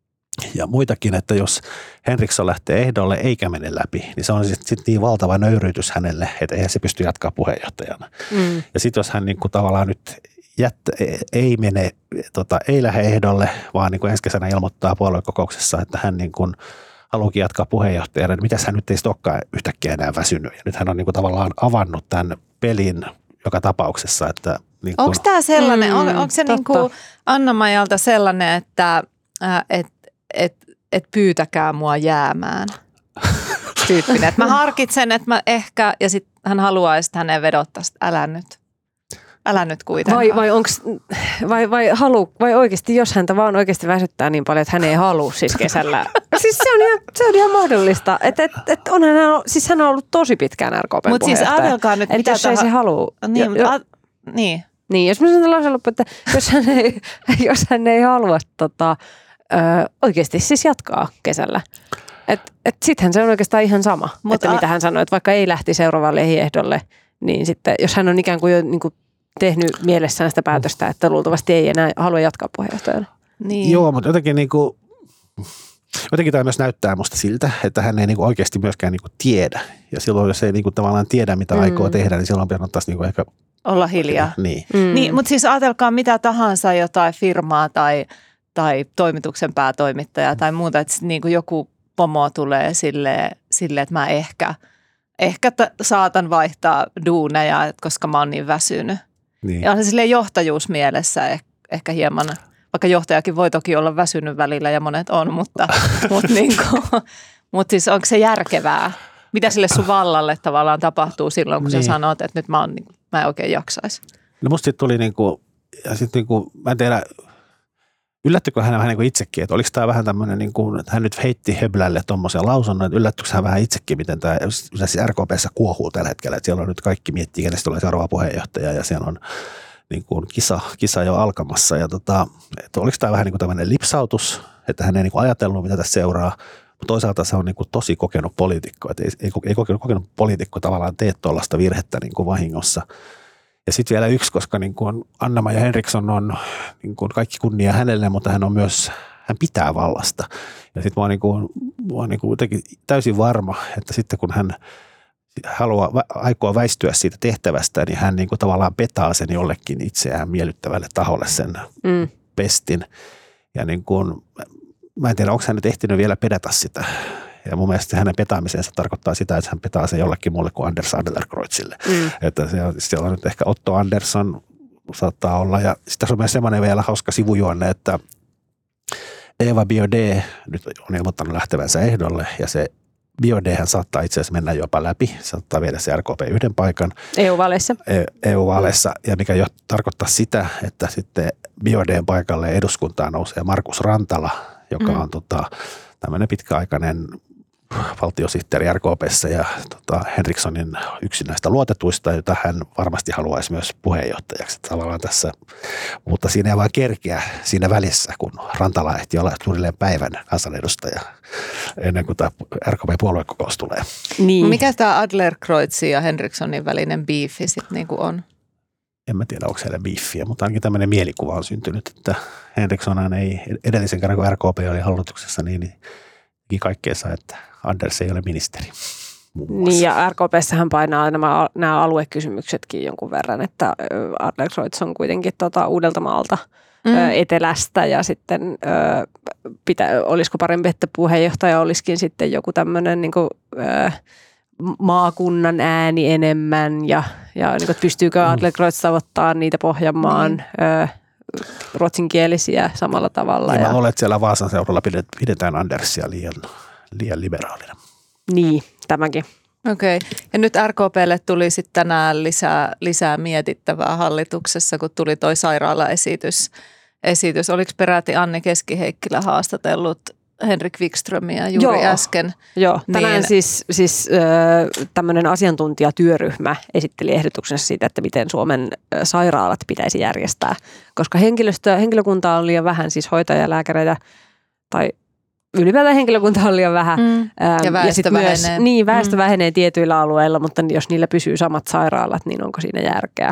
ja muitakin, että jos Henriksson lähtee ehdolle eikä mene läpi, niin se on sitten sit niin valtava nöyryytys hänelle, että eihän se pysty jatkaa puheenjohtajana. Mm. Ja sitten jos hän niinku tavallaan nyt jättä, ei mene, tota, ei lähde ehdolle, vaan niinku ensi kesänä ilmoittaa puoluekokouksessa, että hän niinku haluukin jatkaa puheenjohtajana, niin mitäs hän nyt ei sitten olekaan yhtäkkiä enää väsynyt. Ja nyt hän on niinku tavallaan avannut tämän pelin joka tapauksessa. Että niinku, Onko tämä sellainen, Mm, on, onko se totta. niin kuin Anna-Maijalta sellainen, että äh, et, et, et pyytäkää mua jäämään tyyppinen. Että mä harkitsen, että mä ehkä, ja sitten hän haluaisi, että häneen vedottaisi, että älä nyt. Älä nyt kuitenkaan. Vai, vai, onks, vai, vai, halu, vai oikeasti, jos häntä vaan oikeasti väsyttää niin paljon, että hän ei halua siis kesällä. Siis se on ihan, se on ihan mahdollista. Et, et, et onhan hän, siis hän on ollut tosi pitkään R K P:n Mut siis puheenjohtaja. ajatelkaa nyt, Et mitä jos ei taha- se halua. Niin, jo, mutta jo, a, niin. niin, jos mä sanon lauseen loppuun, että jos hän ei, jos hän ei halua tota, ö, oikeasti siis jatkaa kesällä. Että et sittenhän se on oikeastaan ihan sama, Mut että a- mitä hän sanoi, että vaikka ei lähti seuraavaan ehdolle, niin sitten jos hän on ikään kuin jo niin kuin tehnyt mielessään sitä päätöstä, että luultavasti ei enää halua jatkaa puheenjohtajana. Niin. Joo, mutta jotenkin niinku, jotenkin tämä myös näyttää musta siltä, että hän ei niinku oikeasti myöskään niinku tiedä. Ja silloin, jos ei niinku tavallaan tiedä, mitä mm. aikoo tehdä, niin silloin kannattaisi niinku ehkä Olla hiljaa. Niin. Mm. Niin, mutta siis ajatelkaa mitä tahansa jotain firmaa tai, tai toimituksen päätoimittaja tai muuta, että niin kuin joku pomo tulee silleen, sille, että mä ehkä, ehkä t- saatan vaihtaa duuneja, koska mä oon niin väsynyt. Niin. Ja on se silleen johtajuus mielessä eh- ehkä hieman, vaikka johtajakin voi toki olla väsynyt välillä ja monet on, mutta, mutta, niin kuin, mutta siis onko se järkevää? Mitä sille sun vallalle tavallaan tapahtuu silloin, kun niin. sä sanot, että nyt mä, on, mä en oikein jaksaisi? No musta tuli niin kuin, ja sitten niin kuin, mä en tiedä, yllättykö hän vähän niin kuin itsekin, että oliko tämä vähän tämmöinen, niin kuin, että hän nyt heitti Höblälle tuommoisia lausunnon, että yllättyykö hän vähän itsekin, miten tämä siis R K P:ssä kuohuu tällä hetkellä, että siellä on nyt kaikki miettii, kenestä tulee seuraava puheenjohtaja ja siellä on niin kuin kisa, kisa jo alkamassa ja tota, että oliko tämä vähän niin kuin tämmöinen lipsautus, että hän ei niin kuin ajatellut, mitä tässä seuraa, mutta toisaalta se on niin kuin tosi kokenut poliitikko, että ei, ei, ei kokenut, kokenut poliitikko tavallaan tee tuollaista virhettä niin kuin vahingossa. Ja sitten vielä yksi, koska niin kuin Anna-Maja Henriksson on niin kuin kaikki kunnia hänelle, mutta hän on myös, hän pitää vallasta. Ja sitten mä oon, niin kuin, mä oon niin kuin täysin varma, että sitten kun hän haluaa, aikoo väistyä siitä tehtävästä, niin hän niin kuin tavallaan petaa sen jollekin itseään miellyttävälle taholle sen mm. pestin. Ja niin kuin, mä en tiedä, onko hän nyt ehtinyt vielä pedata sitä. Ja mun mielestä hänen petaamisensa tarkoittaa sitä, että hän petaa sen jollekin muulle kuin Anders Adlercreutzille. Mm. Että siellä on nyt ehkä Otto Andersson saattaa olla. Ja sitten on myös semmoinen vielä hauska sivujuonne, että Eva Biaudet nyt on ilmoittanut lähtevänsä ehdolle ja se Biaudethän saattaa itse asiassa mennä jopa läpi. Se saattaa viedä se R K P yhden paikan. E U-vaaleissa. E U-vaaleissa ja mikä jo tarkoittaa sitä, että sitten Biaudet'n paikalle eduskuntaan nousee Markus Rantala, joka mm. on tota, tämmöinen pitkäaikainen valtiosihteeri R K P:ssä ja tota, Henrikssonin yksi näistä luotetuista, jota hän varmasti haluaisi myös puheenjohtajaksi. Tavallaan tässä, mutta siinä ei vaan kerkeä siinä välissä, kun Rantala ehti olla suunnilleen päivän kansanedustaja ennen kuin tämä R K P-puoluekokous tulee. Niin. Mikä tämä Adlercreutzin ja Henrikssonin välinen biifi sitten niinku on? En mä tiedä, onko siellä biiffiä, mutta ainakin tämmöinen mielikuva on syntynyt, että Henriksson ei edellisen kerran, kun R K P oli hallituksessa, niin, niin kaikkeensa, että Anders ei ole ministeri. Niin ja R K P:ssähän painaa nämä, nämä aluekysymyksetkin jonkun verran, että Adlercreutz on kuitenkin tota Uudeltamaalta mm. ö, etelästä ja sitten ö, pitä, olisiko parempi, että puheenjohtaja olisikin sitten joku tämmöinen niin kuin, ö, maakunnan ääni enemmän ja, ja niin kuin, pystyykö Adlercreutz tavoittaa niitä Pohjanmaan mm. ö, ruotsinkielisiä samalla tavalla. Ja ja mä luulen, että siellä Vaasan seudulla pidetään Andersia liian, liian liberaalina. Niin, tämäkin. Okei. Okay. Ja nyt R K P:lle tuli sitten tänään lisää, lisää mietittävää hallituksessa, kun tuli toi sairaalaesitys. Esitys. Oliko peräti Anni Keski-Heikkilä haastatellut Henrik Wikströmiä juuri Joo. äsken? Joo, tänään niin, siis, siis tämmöinen asiantuntijatyöryhmä esitteli ehdotuksensa siitä, että miten Suomen sairaalat pitäisi järjestää, koska henkilöstö, henkilökuntaa on liian vähän, siis hoitajia, lääkäreitä tai ylipäätään henkilökuntaa on liian vähän. Mm. Ja väestö ja vähenee. Myös, niin, väestö mm. vähenee tietyillä alueilla, mutta jos niillä pysyy samat sairaalat, niin onko siinä järkeä?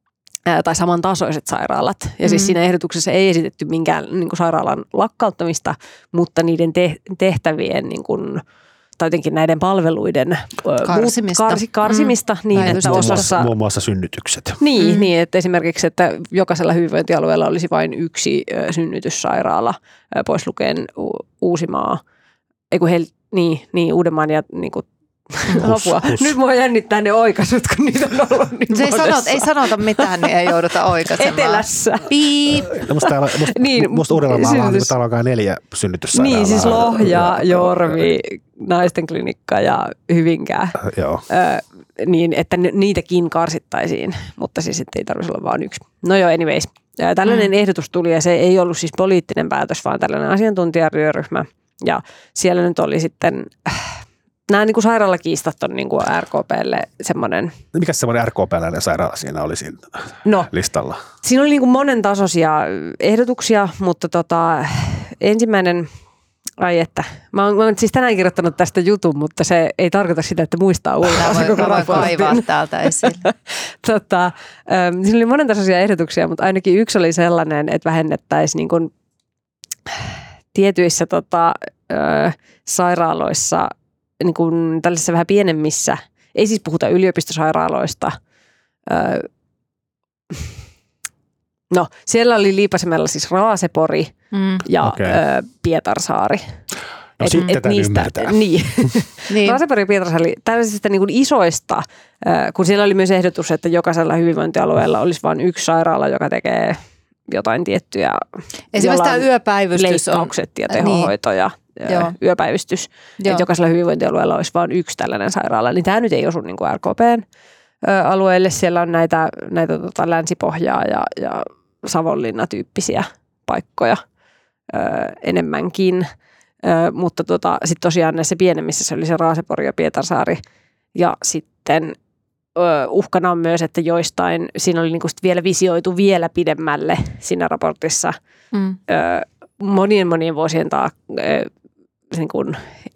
Ää, tai samantasoiset sairaalat. Ja mm. siis siinä ehdotuksessa ei esitetty minkään niin kuin sairaalan lakkauttamista, mutta niiden te- tehtävien niin kuin, tai jotenkin näiden palveluiden karsimista, karsi, karsimista mm. niin, että osassa muun muassa synnytykset. Niin, mm. niin, että esimerkiksi, että jokaisella hyvinvointialueella olisi vain yksi ö, synnytyssairaala, ö, pois lukien U- Uusimaa, ei kun Hel- niin, niin, Uudenmaan ja niin kuin, apua. Nyt mua jännittää ne oikaisut, kun niitä on ollut niin Se ei, sanot, ei sanota mitään, niin ei jouduta oikaisemaan. Etelässä. Piip. No, musta täällä, musta, niin, musta Uudellamaalla on, synnytys. täällä alkaa neljä synnytyssairaalaa. Niin, siis Lohja, Jorvi, naisten klinikka ja Hyvinkää. Joo. Ö, niin, että niitäkin karsittaisiin, mutta siis ei tarvitsisi olla vain yksi. No joo, anyways. Tällainen mm. ehdotus tuli ja se ei ollut siis poliittinen päätös, vaan tällainen asiantuntijaryhmä. Ja siellä nyt oli sitten, nämä niin kuin sairaalakiistat on niin kuin R K P:lle semmoinen. Mikä semmoinen R K P:läinen sairaala siinä oli siinä no, listalla? Siinä oli niin kuin monen tasoisia ehdotuksia, mutta tota, ensimmäinen, ai että, mä oon, mä oon siis tänään kirjoittanut tästä jutun, mutta se ei tarkoita sitä, että muistaa ulkoa se koko raportin. Kaivaa täältä esille. tota, siinä oli monen tasoisia ehdotuksia, mutta ainakin yksi oli sellainen, että vähennettäisiin niin kuin tietyissä tota, ö, sairaaloissa, niin kuin tällaisissa vähän pienemmissä, ei siis puhuta yliopistosairaaloista. Ö, no, siellä oli Liipaisimella siis Raasepori mm. ja okay. ö, Pietarsaari. No et, sitten et tämän niistä, ymmärtää. Niin. niin. Raasepori ja Pietarsaari, tällaisista niin kuin isoista, kun siellä oli myös ehdotus, että jokaisella hyvinvointialueella olisi vain yksi sairaala, joka tekee jotain tiettyjä. Esimerkiksi tämä yöpäivystys on. Leikkaukset ja tehohoito ja niin. yöpäivystys. Joo. Että jokaisella hyvinvointialueella olisi vain yksi tällainen sairaala. Niin tämä nyt ei osu niin kuin R K P:n alueelle. Siellä on näitä, näitä tota Länsi-Pohjaa ja, ja Savonlinna-tyyppisiä paikkoja ö, enemmänkin. Ö, mutta tota, sitten tosiaan näissä pienemmissä se oli se Raasepori ja Pietarsaari. Ja sitten ö, uhkana on myös, että joistain, siinä oli niinku vielä visioitu vielä pidemmälle siinä raportissa mm. ö, monien monien vuosien taa, ö, niin kuin,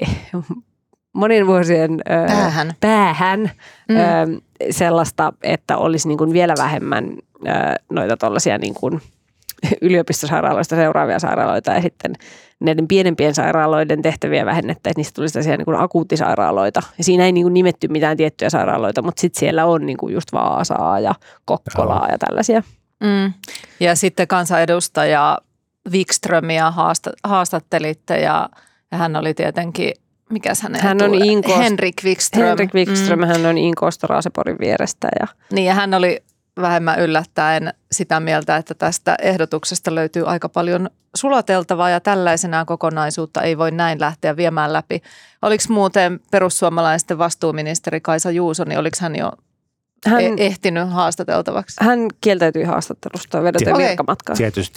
monien vuosien ö, päähän, päähän mm. ö, sellaista, että olisi niin kuin vielä vähemmän ö, noita tuollaisia niin kuin yliopistosairaaloista seuraavia sairaaloita ja sitten näiden pienempien sairaaloiden tehtäviä vähennettäisiin, niistä tulisi tällaisia niin kuin akuuttisairaaloita. Ja siinä ei niin kuin nimetty mitään tiettyjä sairaaloita, mutta sitten siellä on niin kuin just Vaasaa ja Kokkolaa Joo. ja tällaisia. Mm. Ja sitten kansanedustaja Wikströmiä haastattelitte ja, ja hän oli tietenkin, mikäs hänen hän on Inkost, Henrik Wikström. Henrik Wikström, mm. hän on Inkoosta Raaseporin vierestä. Ja. Niin ja hän oli vähemmän yllättäen sitä mieltä, että tästä ehdotuksesta löytyy aika paljon sulateltavaa ja tällaisenaan kokonaisuutta ei voi näin lähteä viemään läpi. Oliko muuten perussuomalaisten vastuuministeri Kaisa Juuso, niin oliko hän jo hän, ehtinyt haastateltavaksi? Hän kieltäytyi haastattelusta vedoten okay. virkamatkaan. Tietysti.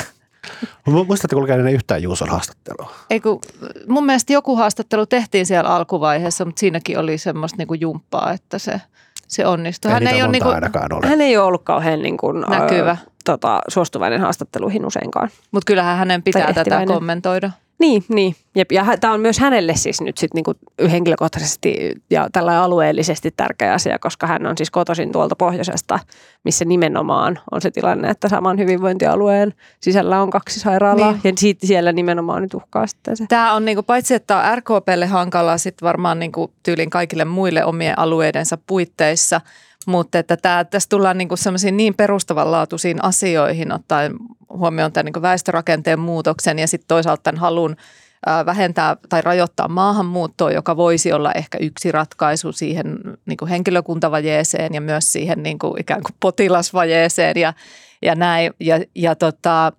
Muistatteko käyneet yhtään Juuson haastattelua? Ei kun, mun mielestä joku haastattelu tehtiin siellä alkuvaiheessa, mutta siinäkin oli semmoista niinku jumppaa, että se, se onnistui. Hän ei, ole niinku, ole. Hän ei ole ollut kauhean niinku, näkyvä. Ä, tota, suostuvainen haastatteluihin useinkaan. Mutta kyllähän hänen pitää tätä kommentoida. Niin, niin. Jep. Ja tämä on myös hänelle siis nyt sit niinku henkilökohtaisesti ja tällä alueellisesti tärkeä asia, koska hän on siis kotoisin tuolta pohjoisesta, missä nimenomaan on se tilanne, että saman hyvinvointialueen sisällä on kaksi sairaalaa niin. Ja siitä siellä nimenomaan nyt uhkaa sitten se. Tämä on niinku, paitsi että on R K P:lle hankalaa sitten varmaan niinku tyylin kaikille muille omien alueidensa puitteissa, mutta että tää, tässä tullaan niinku sellaisiin niin perustavanlaatuisiin asioihin ottaen huomioon tämän niinku väestörakenteen muutoksen ja sitten toisaalta tämän halun ää, vähentää tai rajoittaa maahanmuuttoa, joka voisi olla ehkä yksi ratkaisu siihen niinku henkilökuntavajeeseen ja myös siihen niinku ikään kuin potilasvajeeseen ja, ja näin. Ja, ja tota,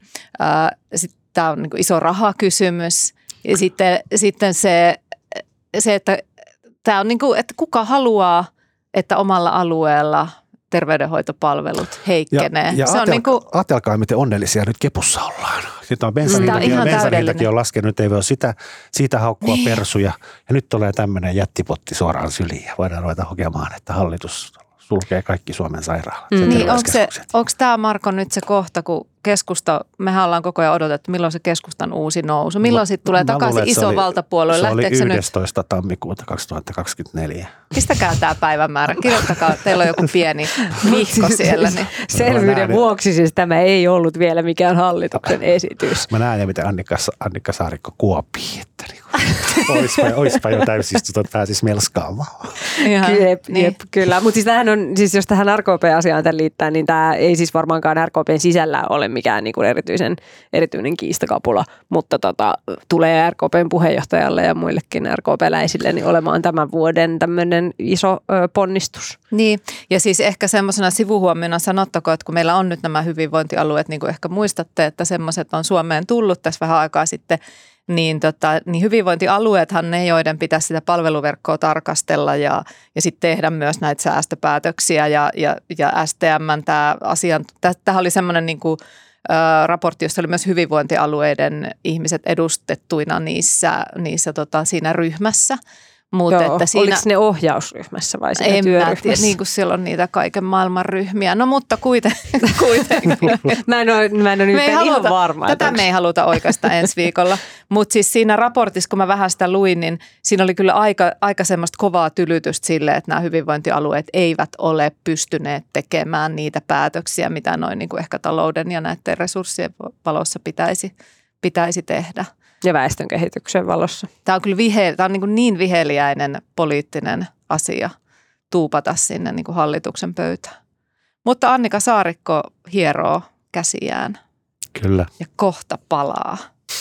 sitten tämä on niinku iso rahakysymys ja sitten, sitten se, se, että tämä on niinku, että kuka haluaa, että omalla alueella terveydenhoitopalvelut heikkenee. Ja, ja se ajatelkaa, on niin kuin, ajatelkaa, miten onnellisia nyt Kepussa ollaan. Sitten on bensahintakin ja bensahintakin on laskenut, ei voi sitä, siitä haukkua niin. persuja. Ja nyt tulee tämmöinen jättipotti suoraan syliin ja voidaan ruveta hokemaan, että hallitus sulkee kaikki Suomen sairaalat. Mm. Niin onko, se, onko tämä, Marko, nyt se kohta, kun keskusta, mehän ollaan koko ajan odotettu, milloin se keskustan uusi nousu, milloin sitten tulee takaisin luulen, iso oli, valtapuolue? Se oli yhdestoista nyt? tammikuuta kaksituhattakaksikymmentäneljä. Pistäkää tämä päivämäärä, kirjoittakaa, teillä on joku pieni vihko siellä. Niin. Selvyyden vuoksi siis tämä ei ollut vielä mikään hallituksen esitys. Mä näen, miten Annikka, Annikka Saarikko kuopii, että niin Oispa, oispa jo täysistunto pääsisi melskaamaan. Jep, niin. jep, kyllä. Mutta siis, siis jos tähän R K P-asiaan tämän liittää, niin tämä ei siis varmaankaan R K P:n sisällä ole mikään niinku erityisen, erityinen kiistakapula, mutta tota, tulee R K P:n puheenjohtajalle ja muillekin R K P-läisille niin olemaan tämän vuoden tämmöinen iso ö, ponnistus. Niin, ja siis ehkä semmoisena sivuhuomiona sanottakoon, että kun meillä on nyt nämä hyvinvointialueet, niin kuin ehkä muistatte, että semmoiset on Suomeen tullut tässä vähän aikaa sitten, Niin, tota, niin hyvinvointialueethan ne, joiden pitäisi sitä palveluverkkoa tarkastella ja, ja sitten tehdä myös näitä säästöpäätöksiä ja, ja, ja S T M:n tämä asian, tämähän oli semmoinen niin kuin, ä, raportti, jossa oli myös hyvinvointialueiden ihmiset edustettuina niissä, niissä tota, siinä ryhmässä. Mut Joo, että siinä, oliko ne ohjausryhmässä vai siinä en työryhmässä? Tiedä, niin kuin siellä on niitä kaiken maailman ryhmiä. No mutta kuiten, kuitenkin. mä en ole, mä en ole nyt ihan varma. Tätä onko... me ei haluta oikeastaan ensi viikolla. Mutta siis siinä raportissa, kun mä vähän sitä luin, niin siinä oli kyllä aika, aika semmoista kovaa tylytystä sille, että nämä hyvinvointialueet eivät ole pystyneet tekemään niitä päätöksiä, mitä noin niin kuin ehkä talouden ja näiden resurssien valossa pitäisi, pitäisi tehdä. Ja väestön kehityksen valossa. Tämä on kyllä vihe, tämä on niin, niin viheliäinen poliittinen asia tuupata sinne niin kuin hallituksen pöytään. Mutta Annika Saarikko hieroo käsiään. Kyllä. Ja kohta palaa.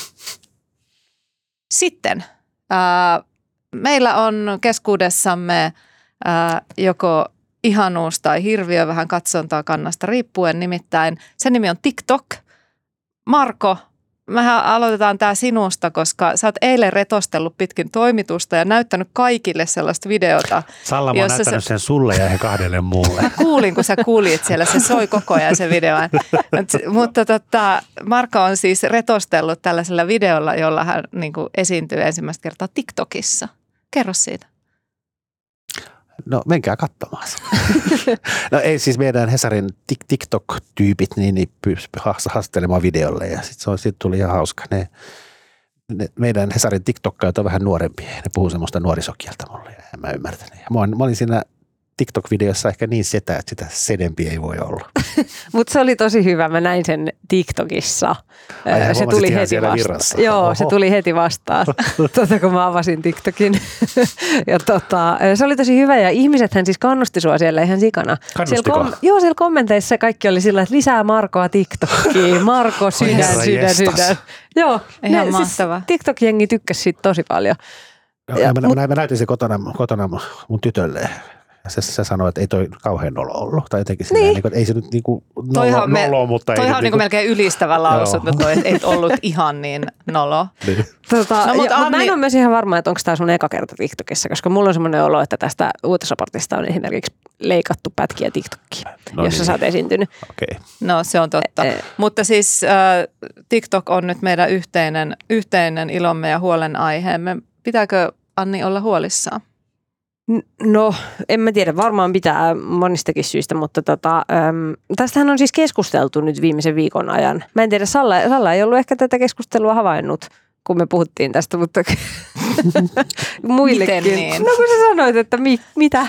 Sitten ää, meillä on keskuudessamme ää, joko ihanuus tai hirviö vähän katsontaa kannasta riippuen. Nimittäin sen nimi on TikTok. Marko, mehän aloitetaan tämä sinusta, koska sä oot eilen retostellut pitkin toimitusta ja näyttänyt kaikille sellaista videota. Salla, mä oon näyttänyt se... sen sulle ja kahdelle muulle. Mä kuulin, kun sä kuulit siellä, se soi koko ajan se video. Mutta tota, Marko on siis retostellut tällaisella videolla, jolla hän niin kuin esiintyy ensimmäistä kertaa TikTokissa. Kerro siitä. No menkää katsomaan se. No ei siis meidän Hesarin TikTok-tyypit niin, niin haastelemaan videolle ja sitten sit tuli ihan hauska. Ne, ne, meidän Hesarin TikTokkaat on vähän nuorempia. Ne puhuu semmoista nuorisokieltä mulle ja en mä ymmärtänyt. Mä, mä olin siinä TikTok-videossa ehkä niin setä, että sitä sedempi ei voi olla. Mutta se oli tosi hyvä. Mä näin sen TikTokissa. Ai, se tuli heti vastaan. Joo, Oho. se tuli heti vastaan, tuota, kun mä avasin TikTokin. ja tota, se oli tosi hyvä ja ihmisethän siis kannusti sua siellä ihan sikana. Kannustiko? Siellä kom- joo, siellä kommenteissa kaikki oli sillä, että lisää Markoa TikTokiin. Marko, sydän, Oi, sydän, sydän. Joo, ihan ne, mahtavaa. Siis TikTok-jengi tykkäsi siitä tosi paljon. Ja, ja, mä, mut, mä näytin se kotona, kotona mun tytölle. Se, se sanoi, että ei toi kauhean nolo ollut. Tai jotenkin niin. Silleen, niin kuin, ei se nyt niin kuin nolo, me, nolo mutta toi ei on niin kuin melkein ylistävä lausunto, että ei ollut ihan niin nolo. Niin. Tota, no, mutta Anni... Mä en ole myös ihan varma, että onko tämä sun eka kerta TikTokissa, koska mulla on semmoinen olo, että tästä uutisraportista on esimerkiksi leikattu pätkiä TikTokiin, no jossa niin. Sä oot esiintynyt. Okay. No se on totta. E- e- mutta siis äh, TikTok on nyt meidän yhteinen, yhteinen ilomme ja huolenaiheemme. Pitääkö Anni olla huolissaan? No, en mä tiedä. Varmaan pitää monistakin syistä, mutta tota, äm, tästähän on siis keskusteltu nyt viimeisen viikon ajan. Mä en tiedä, Salla, Salla ei ollut ehkä tätä keskustelua havainnut, kun me puhuttiin tästä, mutta muillekin. Miten niin? No kun sä sanoit, että mi, mitä?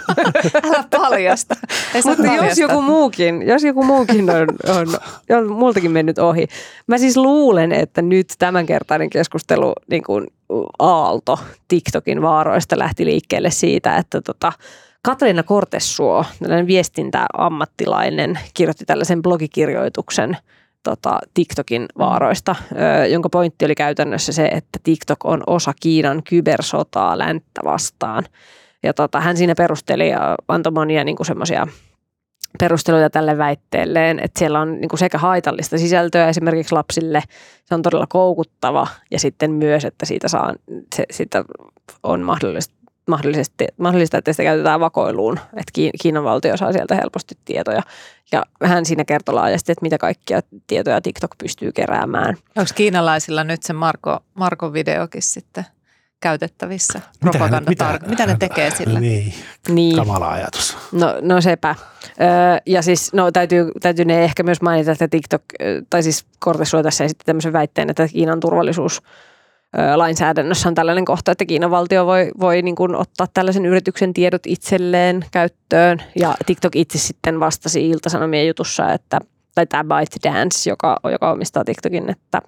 Älä paljasta. Mutta jos joku muukin, jos joku muukin on, on, on multakin mennyt ohi. Mä siis luulen, että nyt tämänkertainen keskustelu niin kuin aalto TikTokin vaaroista lähti liikkeelle siitä, että tota, Katriina Kortessuo, tällainen viestintäammattilainen, kirjoitti tällaisen blogikirjoituksen tota, TikTokin vaaroista, ö, jonka pointti oli käytännössä se, että TikTok on osa Kiinan kybersotaa länttä vastaan. Ja tota, hän siinä perusteli ja antoi monia niin kuin semmoisia perusteluja tälle väitteelleen, että siellä on niin kuin sekä haitallista sisältöä esimerkiksi lapsille, se on todella koukuttava ja sitten myös, että siitä, saa, se, siitä on mahdollista, mahdollisesti, mahdollista, että sitä käytetään vakoiluun, että Kiinan valtio saa sieltä helposti tietoja. Ja hän siinä kertoi laajasti, että mitä kaikkia tietoja TikTok pystyy keräämään. Onko kiinalaisilla nyt se Marko, Markon videokin sitten käytettävissä? Propaganda mitä, mitä, mitä ne tekee sillä? Niin, niin. Kamala ajatus. No, no sepä. Öö, ja siis no, täytyy, täytyy ne ehkä myös mainita, että TikTok, tai siis Kortessuo tässä esitti tämmöisen väitteen, että Kiinan turvallisuus lainsäädännössä on tällainen kohta, että Kiinan valtio voi, voi niin kuin ottaa tällaisen yrityksen tiedot itselleen käyttöön. Ja TikTok itse sitten vastasi Ilta-Sanomien jutussa, että, tai tämä ByteDance, joka, joka omistaa TikTokin, että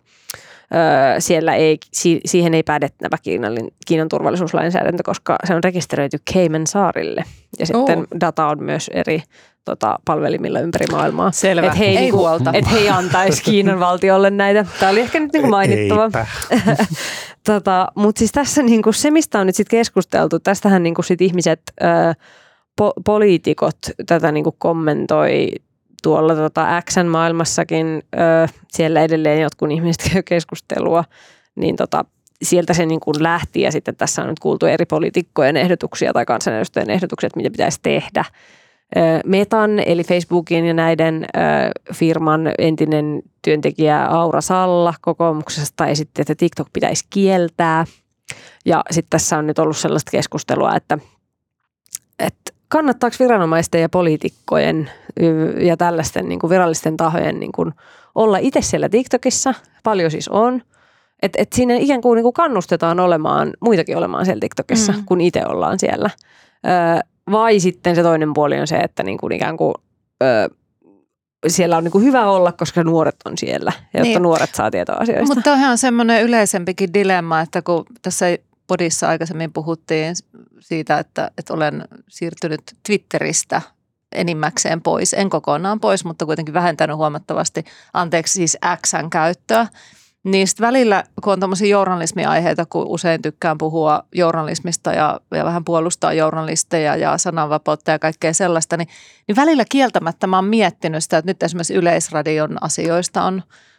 ö, siellä ei, si, siihen ei päde nämä Kiinan, Kiinan turvallisuuslainsäädäntö, koska se on rekisteröity Caymansaarille. Ja sitten oh. data on myös eri tota, palvelimilla ympäri maailmaa. Selvä, et he ei niinku, huolta. Että he ei antaisi Kiinan valtiolle näitä. Tämä oli ehkä nyt niinku mainittava. tota, Mutta siis tässä niinku, se, mistä on nyt sit keskusteltu, tästähän niinku sit ihmiset, ö, po, poliitikot tätä niinku kommentoi tuolla tota Xn-maailmassakin. Ö, siellä edelleen jotkut ihmiset käy keskustelua, niin tota, sieltä se niin kuin lähti ja sitten tässä on nyt kuultu eri poliitikkojen ehdotuksia tai kansanedustajien ehdotuksia, että mitä pitäisi tehdä. Metan eli Facebookin ja näiden firman entinen työntekijä Aura Salla kokoomuksesta esitti, että TikTok pitäisi kieltää. Ja sitten tässä on nyt ollut sellaista keskustelua, että, että kannattaako viranomaisten ja poliitikkojen ja tällaisten niin kuin virallisten tahojen niin kuin olla itse siellä TikTokissa, paljon siis on. Että et siinä ikään kuin, niin kuin kannustetaan olemaan, muitakin olemaan siellä TikTokissa, mm. kun itse ollaan siellä. Ö, vai sitten se toinen puoli on se, että niin kuin ikään kuin ö, siellä on niin kuin hyvä olla, koska nuoret on siellä, jotta niin. nuoret saa tietoa asioista. Mutta on semmoinen yleisempikin dilemma, että kun tässä podissa aikaisemmin puhuttiin siitä, että, että olen siirtynyt Twitteristä enimmäkseen pois, en kokonaan pois, mutta kuitenkin vähentänyt huomattavasti, anteeksi siis X:n käyttöä. Niin sitten välillä, kun on tämmöisiä journalismiaiheita, kun usein tykkään puhua journalismista ja, ja vähän puolustaa journalisteja ja sananvapautta ja kaikkea sellaista, niin, niin välillä kieltämättä mä oon miettinyt sitä, että nyt esimerkiksi Yleisradion asioista on,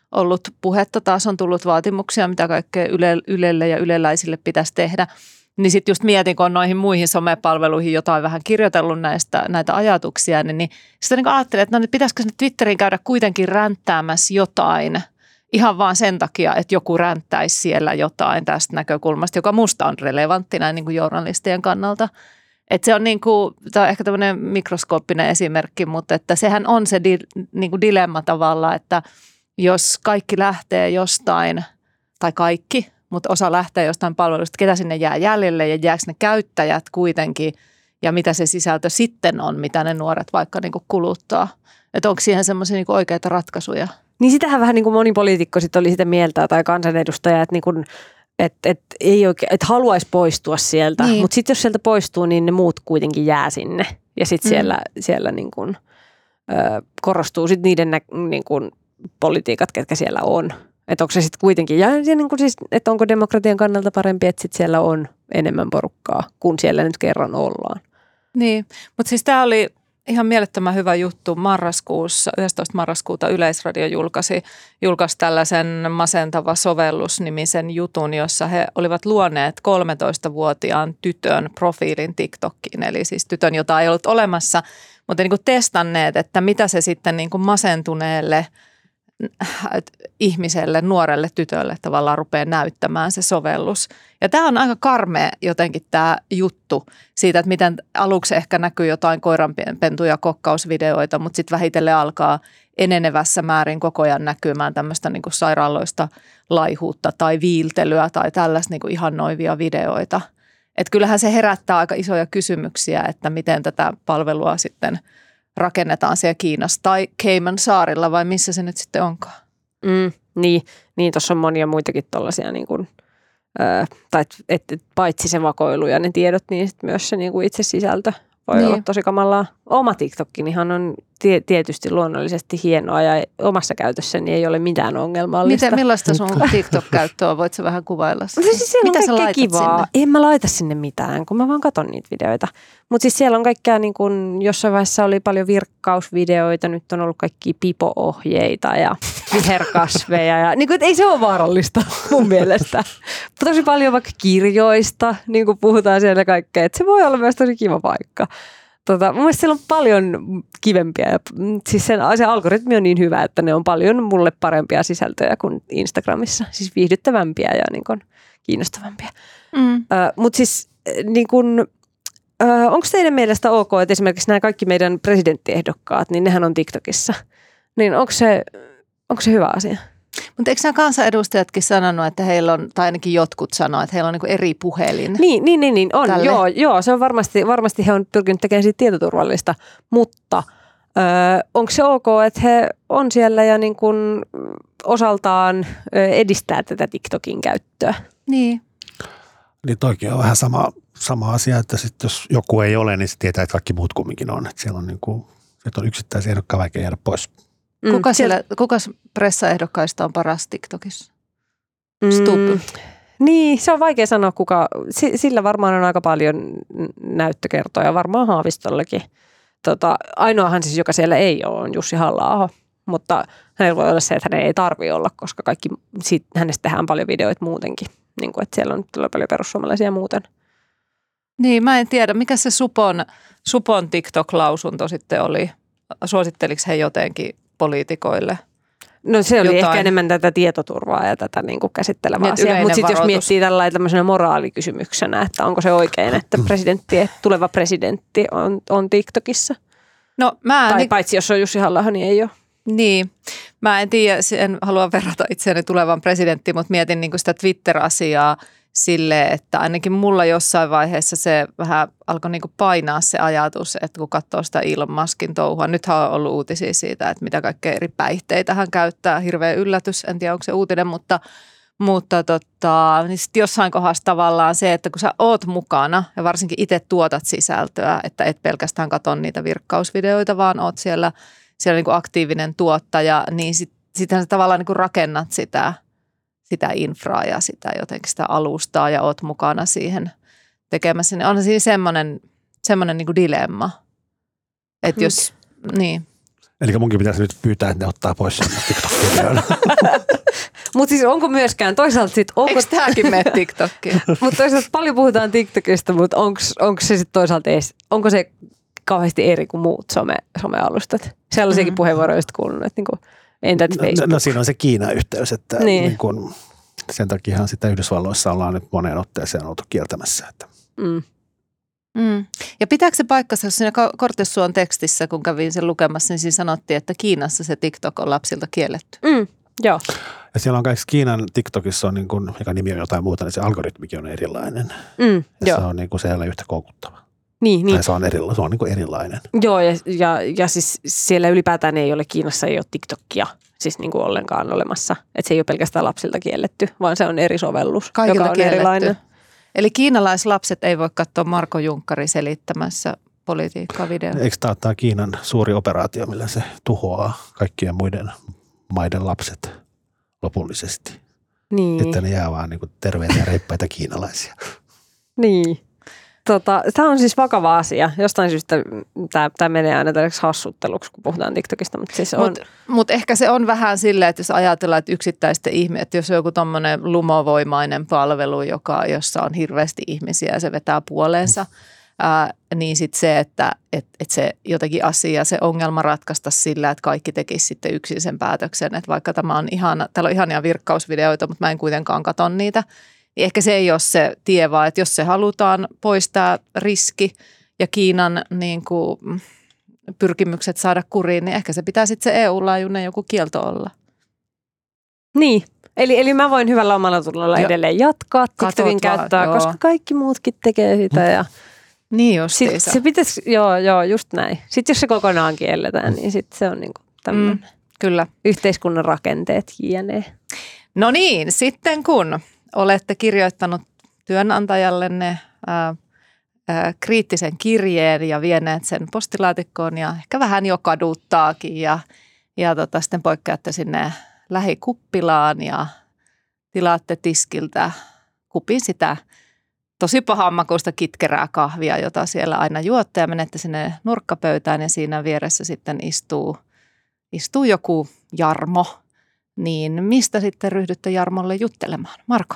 ollut puhetta, taas on tullut vaatimuksia, mitä kaikkea yle, Ylelle ja yleläisille pitäisi tehdä. Niin sitten just mietin, kun on noihin muihin somepalveluihin jotain vähän kirjoitellut näistä, näitä ajatuksia, niin, niin sitten niin ajattelin, että no nyt pitäisikö sinne Twitteriin käydä kuitenkin ränttäämässä jotain ihan vaan sen takia, että joku ränttäisi siellä jotain tästä näkökulmasta, joka musta on relevantti näin niin kuin journalistien kannalta. Että se on, niin kuin, tämä on ehkä tämmöinen mikroskooppinen esimerkki, mutta että sehän on se di, niin kuin dilemma tavalla, että jos kaikki lähtee jostain, tai kaikki, mutta osa lähtee jostain palvelusta, ketä sinne jää jäljelle ja jääkö ne käyttäjät kuitenkin ja mitä se sisältö sitten on, mitä ne nuoret vaikka niin kuin kuluttaa. Että onko siihen semmoisia niin kuin oikeita ratkaisuja? Niin sitähän vähän niin kuin moni poliitikko sitten oli sitä mieltä tai kansanedustaja, että niin kuin Että et ei oikein, et haluaisi poistua sieltä, niin. Mutta sitten jos sieltä poistuu, niin ne muut kuitenkin jää sinne. Ja sitten mm. siellä, siellä niin kun, ö, korostuu sit niiden nä, niin kun politiikat, ketkä siellä on. Että onko se sitten kuitenkin, ja niin kun siis, että onko demokratian kannalta parempi, että sit siellä on enemmän porukkaa, kun siellä nyt kerran ollaan. Niin, mutta siis tämä oli ihan mielettömän hyvä juttu marraskuussa, yhdestoista marraskuuta Yleisradio julkaisi, julkaisi tällaisen Masentava sovellus-nimisen jutun, jossa he olivat luoneet kolmetoistavuotiaan tytön profiilin TikTokiin, eli siis tytön, jota ei ollut olemassa, mutta niin kuin testanneet, että mitä se sitten niin kuin masentuneelle ihmiselle, nuorelle tytölle tavallaan rupeaa näyttämään se sovellus. Ja tämä on aika karmea jotenkin tämä juttu siitä, että miten aluksi ehkä näkyy jotain koiranpentu- ja kokkausvideoita, mutta sitten vähitellen alkaa enenevässä määrin koko ajan näkymään tämmöistä niin kuin sairaaloista laihuutta tai viiltelyä tai tällaista niin kuin ihannoivia videoita. Että kyllähän se herättää aika isoja kysymyksiä, että miten tätä palvelua sitten rakennetaan siellä Kiinassa tai Caymansaarilla vai missä se nyt sitten onkaan. Mm, niin, niin tuossa on monia muitakin tuollaisia, niin kuin, äh, tai et, et, paitsi se vakoilu ja ne tiedot, niin sit myös se niin kuin itse sisältö voi niin olla tosi kamalaa. Oma TikTokinihan on tie, tietysti luonnollisesti hienoa ja omassa käytössäni ei ole mitään ongelmallista. Miten, millaista sun TikTok-käyttöä? Voit sä vähän kuvailla? Siis mitä sä laitat kivaa. Sinne? En mä laita sinne mitään, kun mä vaan katon niitä videoita. Mutta siis siellä on kaikkea, niin kun jossain vaiheessa oli paljon virkkausvideoita, nyt on ollut kaikkia pipo-ohjeita ja viherkasveja. Ja, niin kun, ei se ole vaarallista mun mielestä. Tosi paljon vaikka kirjoista, niin kuin puhutaan siellä kaikkea. Että se voi olla myös tosi kiva paikka. Tota, mun mielestä siellä on paljon kivempiä. Ja, siis sen, se algoritmi on niin hyvä, että ne on paljon mulle parempia sisältöjä kuin Instagramissa. Siis viihdyttävämpiä ja niin kun, kiinnostavampia. Mm. Uh, Mutta siis niin kun, uh, onko teidän mielestä ok, että esimerkiksi nämä kaikki meidän presidenttiehdokkaat, niin nehän on TikTokissa. Niin onko se, onko se hyvä asia? Mutta eikö nämä kansanedustajatkin sanonut, että heillä on, tai ainakin jotkut sanoo, että heillä on niinku eri puhelin? Niin, niin, niin, niin on. Joo, joo, se on varmasti, varmasti he on pyrkinyt tekemään siitä tietoturvallista, mutta ö, onko se ok, että he on siellä ja niin kun osaltaan edistää tätä TikTokin käyttöä? Niin. Niin toikin on vähän sama, sama asia, että sit jos joku ei ole, niin se tietää, että kaikki muut kumminkin on. Että siellä on, niin kuin, on yksittäisiä ehdokkaan vaikea jäädä pois. Mm, kuka, siellä, kuka pressaehdokkaista on paras TikTokissa? Stubb. Mm, niin, se on vaikea sanoa, kuka. Sillä varmaan on aika paljon näyttökertoja, varmaan Haavistollekin. Tota, ainoahan siis, joka siellä ei ole, on Jussi Halla-aho. Mutta hänellä voi olla se, että hänen ei tarvitse olla, koska kaikki, siitä, hänestä tehdään paljon videoita muutenkin. Niin kuin, että siellä on paljon perussuomalaisia muuten. Niin, mä en tiedä, mikä se Supon, Supon TikTok-lausunto sitten oli. Suositteliko he jotenkin poliitikoille? No se oli jotain. Ehkä enemmän tätä tietoturvaa ja tätä niin kuin käsittelevää niin, asiaa. Mutta sitten jos miettii tällaisena moraalikysymyksenä, että onko se oikein, että presidentti, tuleva presidentti on, on TikTokissa? No, mä tai niin, paitsi jos on Jussi Halla-aho, niin ei ole. Niin. Mä en tiedä, en halua verrata itseäni tulevaan presidenttiin, mutta mietin niin kuin sitä Twitter-asiaa silleen, että ainakin mulla jossain vaiheessa se vähän alkoi niin kuin painaa se ajatus, että kun katsoo sitä Elon Muskin touhua. Nythän on ollut uutisia siitä, että mitä kaikkea eri päihteitä hän käyttää. Hirveä yllätys, en tiedä onko se uutinen, mutta, mutta tota, niin sitten jossain kohdassa tavallaan se, että kun sä oot mukana ja varsinkin itse tuotat sisältöä, että et pelkästään katso niitä virkkausvideoita, vaan oot siellä, siellä niin kuin aktiivinen tuottaja, niin sit, sittenhän sä tavallaan niin kuin rakennat sitä sitä infraa ja sitä jotenkin sitä alustaa ja oot mukana siihen tekemässä. Niin on siinä semmoinen, semmoinen niin kuin dilemma, että jos, niin. Eli munkin pitäisi nyt pyytää, että ne ottaa pois sen TikTok-videon. Mutta siis onko myöskään toisaalta sitten... Onko... Eikö tämäkin mene TikTokiin? Mutta toisaalta paljon puhutaan TikTokista, mutta onko se sitten toisaalta edes... Onko se kauheasti eri kuin muut some, somealustat? Sellaisiakin mm. puheenvuoroja just kuulunut, että niinku, entät Facebook? No, no siinä on se Kiina-yhteys, että niin. Niin kun, sen takiahan sitä Yhdysvalloissa ollaan nyt moneen otteeseen oltu kieltämässä. Että. Mm. Mm. Ja pitääkö se paikkansa siinä Kortessuon tekstissä, kun kävin sen lukemassa, niin siinä sanottiin, että Kiinassa se TikTok on lapsilta kielletty. Mm. Joo. Ja siellä on kaikki Kiinan TikTokissa, on niin kuin, joka nimi on jotain muuta, niin se algoritmikin on erilainen. Mm, ja se on niin kuin siellä yhtä koukuttava. Niin, niin. Tai se on, erila- se on niin kuin erilainen. Joo, ja, ja, ja siis siellä ylipäätään ei ole, Kiinassa ei ole TikTokia siis niin kuin ollenkaan olemassa. Että se ei ole pelkästään lapsilta kielletty, vaan se on eri sovellus, Kaikilta joka on kielletty. erilainen. Eli kiinalaislapset ei voi katsoa Marko Junkkari selittämässä politiikkaa videoa. Eikö tämä ole Kiinan suuri operaatio, millä se tuhoaa kaikkien muiden maiden lapset lopullisesti? Niin. Että ne jää vaan niin kuin terveitä ja reippaita kiinalaisia. Niin. Tota, tämä on siis vakava asia. Jostain syystä tämä, tämä menee aina tällaiseksi hassutteluksi, kun puhutaan TikTokista. Mutta siis on... Mut, mut ehkä se on vähän silleen, että jos ajatellaan, että yksittäisten ihmisiä, että jos on joku tommoinen lumovoimainen palvelu, joka, jossa on hirveästi ihmisiä ja se vetää puoleensa, ää, niin sitten se, että et, et se jotenkin asia, se ongelma ratkaista sillä, että kaikki tekisi sitten yksin sen päätöksen. Että vaikka tämä on ihana, täällä on ihania virkkausvideoita, mutta mä en kuitenkaan katso niitä. Ehkä se ei ole se tie, vaan että jos se halutaan poistaa riski ja Kiinan niin kuin, pyrkimykset saada kuriin, niin ehkä se pitää sitten se E U-laajuinen joku kielto olla. Niin, eli, eli mä voin hyvällä omalla tunnolla edelleen jatkaa TikTokin käyttöä, joo. koska kaikki muutkin tekee sitä. Ja niin justiinsa. se pitäisi, joo, joo, just näin. Sitten jos se kokonaan kielletään, niin sitten se on niinku tämmöinen Mm, kyllä. yhteiskunnan rakenteet jne. No niin, sitten kun olette kirjoittanut työnantajallenne ää, ää, kriittisen kirjeen ja vieneet sen postilaatikkoon ja ehkä vähän jo kaduttaakin ja, ja tota, sitten poikkeatte sinne lähikuppilaan ja tilaatte tiskiltä kupin sitä tosi pahanmakuista kitkerää kahvia, jota siellä aina juotte ja menette sinne nurkkapöytään ja siinä vieressä sitten istuu, istuu joku Jarmo. Niin mistä sitten ryhdytte Jarmolle juttelemaan? Marko?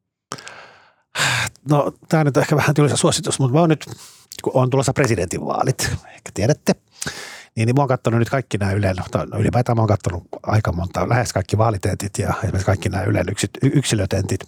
No tämä nyt on ehkä vähän tylsä suositus, mutta mä oon nyt, kun on tulossa presidentinvaalit, ehkä tiedätte, niin, niin mä oon katsonut nyt kaikki nämä Ylen, no ylipäätään mä oon katsonut aika monta, lähes kaikki vaalitentit ja esimerkiksi kaikki nämä Ylen yksilötentit.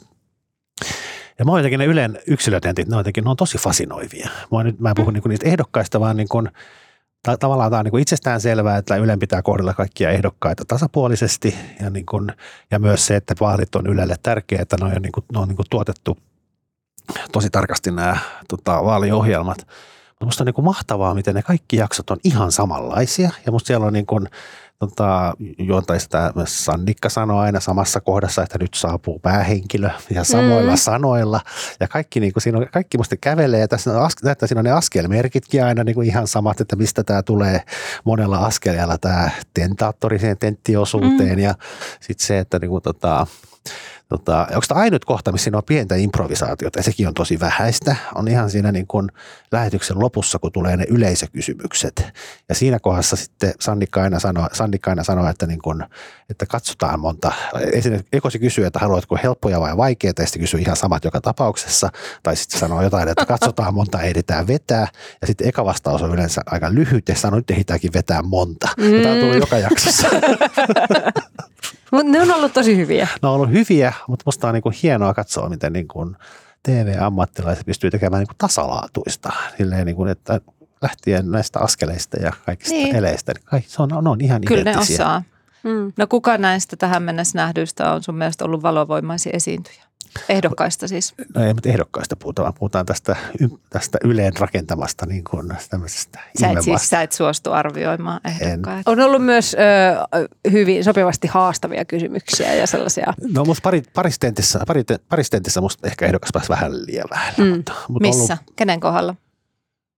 Ja mä oon jotenkin ne Ylen yksilötentit, ne on jotenkin, ne on tosi fasinoivia. Mä, nyt, mä en puhu mm. niinku niistä ehdokkaista, vaan niin kuin, ta- tavallaan tämä on niin kuin itsestään selvää, että Ylen pitää kohdella kaikkia ehdokkaita tasapuolisesti ja, niin kuin, ja myös se, että vaalit on Ylelle tärkeää, että ne on, niin kuin, ne on niin kuin tuotettu tosi tarkasti nämä tota, vaaliohjelmat. Mutta musta on niin kuin mahtavaa, miten ne kaikki jaksot on ihan samanlaisia ja musta siellä on niin kuin, tota, juontaista Sannikka sanoo aina samassa kohdassa, että nyt saapuu päähenkilö ja samoilla mm. sanoilla. Ja kaikki, niin kuin, siinä on, kaikki musta kävelee ja tässä on, näyttää, siinä on ne askelmerkitkin aina niin kuin ihan samat, että mistä tämä tulee monella askeleella tämä tentaattori siihen tenttiosuuteen. Mm. Ja sitten se, että niin kuin, tota, Tota, onko tämä ainut kohta, missä siinä on pientä improvisaatiota ja sekin on tosi vähäistä, on ihan siinä niin kuin lähetyksen lopussa, kun tulee ne yleisökysymykset. Ja siinä kohdassa sitten Sannikka aina sanoo, Sannikka aina sanoo että, niin kuin, että katsotaan monta. Ekosi kysyy, että haluatko helppoja vai vaikeita, ja sitten kysyy ihan samat joka tapauksessa. Tai sitten sanoo jotain, että katsotaan monta, ehditään vetää. Ja sitten eka vastaus on yleensä aika lyhyt ja sanoo, nyt ehditääkin vetää monta. Mm. Ja tämä on tullut joka jaksossa. Mutta ne on ollut tosi hyviä. Ne on ollut hyviä, mutta musta on niin kuin hienoa katsoa, miten niin kuin T V-ammattilaiset pystyy tekemään niin kuin tasalaatuista. Silleen, niin kuin, että lähtien näistä askeleista ja kaikista niin. eleistä. Kaikki, se on, ne on ihan Kyllä identtisiä. ne osaa. Mm. No kuka näistä tähän mennessä nähdyistä on sun mielestä ollut valovoimaisia esiintyjä? Ehdokkaista siis. No ei, mutta ehdokkaista puhutaan, vaan puhutaan tästä, tästä Ylen rakentamasta niin kuin tämmöisestä sä et, siis, sä et suostu arvioimaan ehdokkaita. On ollut myös ö, hyvin sopivasti haastavia kysymyksiä ja sellaisia. No musta pari, paristentissä, pari, paristentissä musta ehkä ehdokas pääsi vähän liian vähän. Mm. Mutta, mutta Missä? ollut, Kenen kohdalla?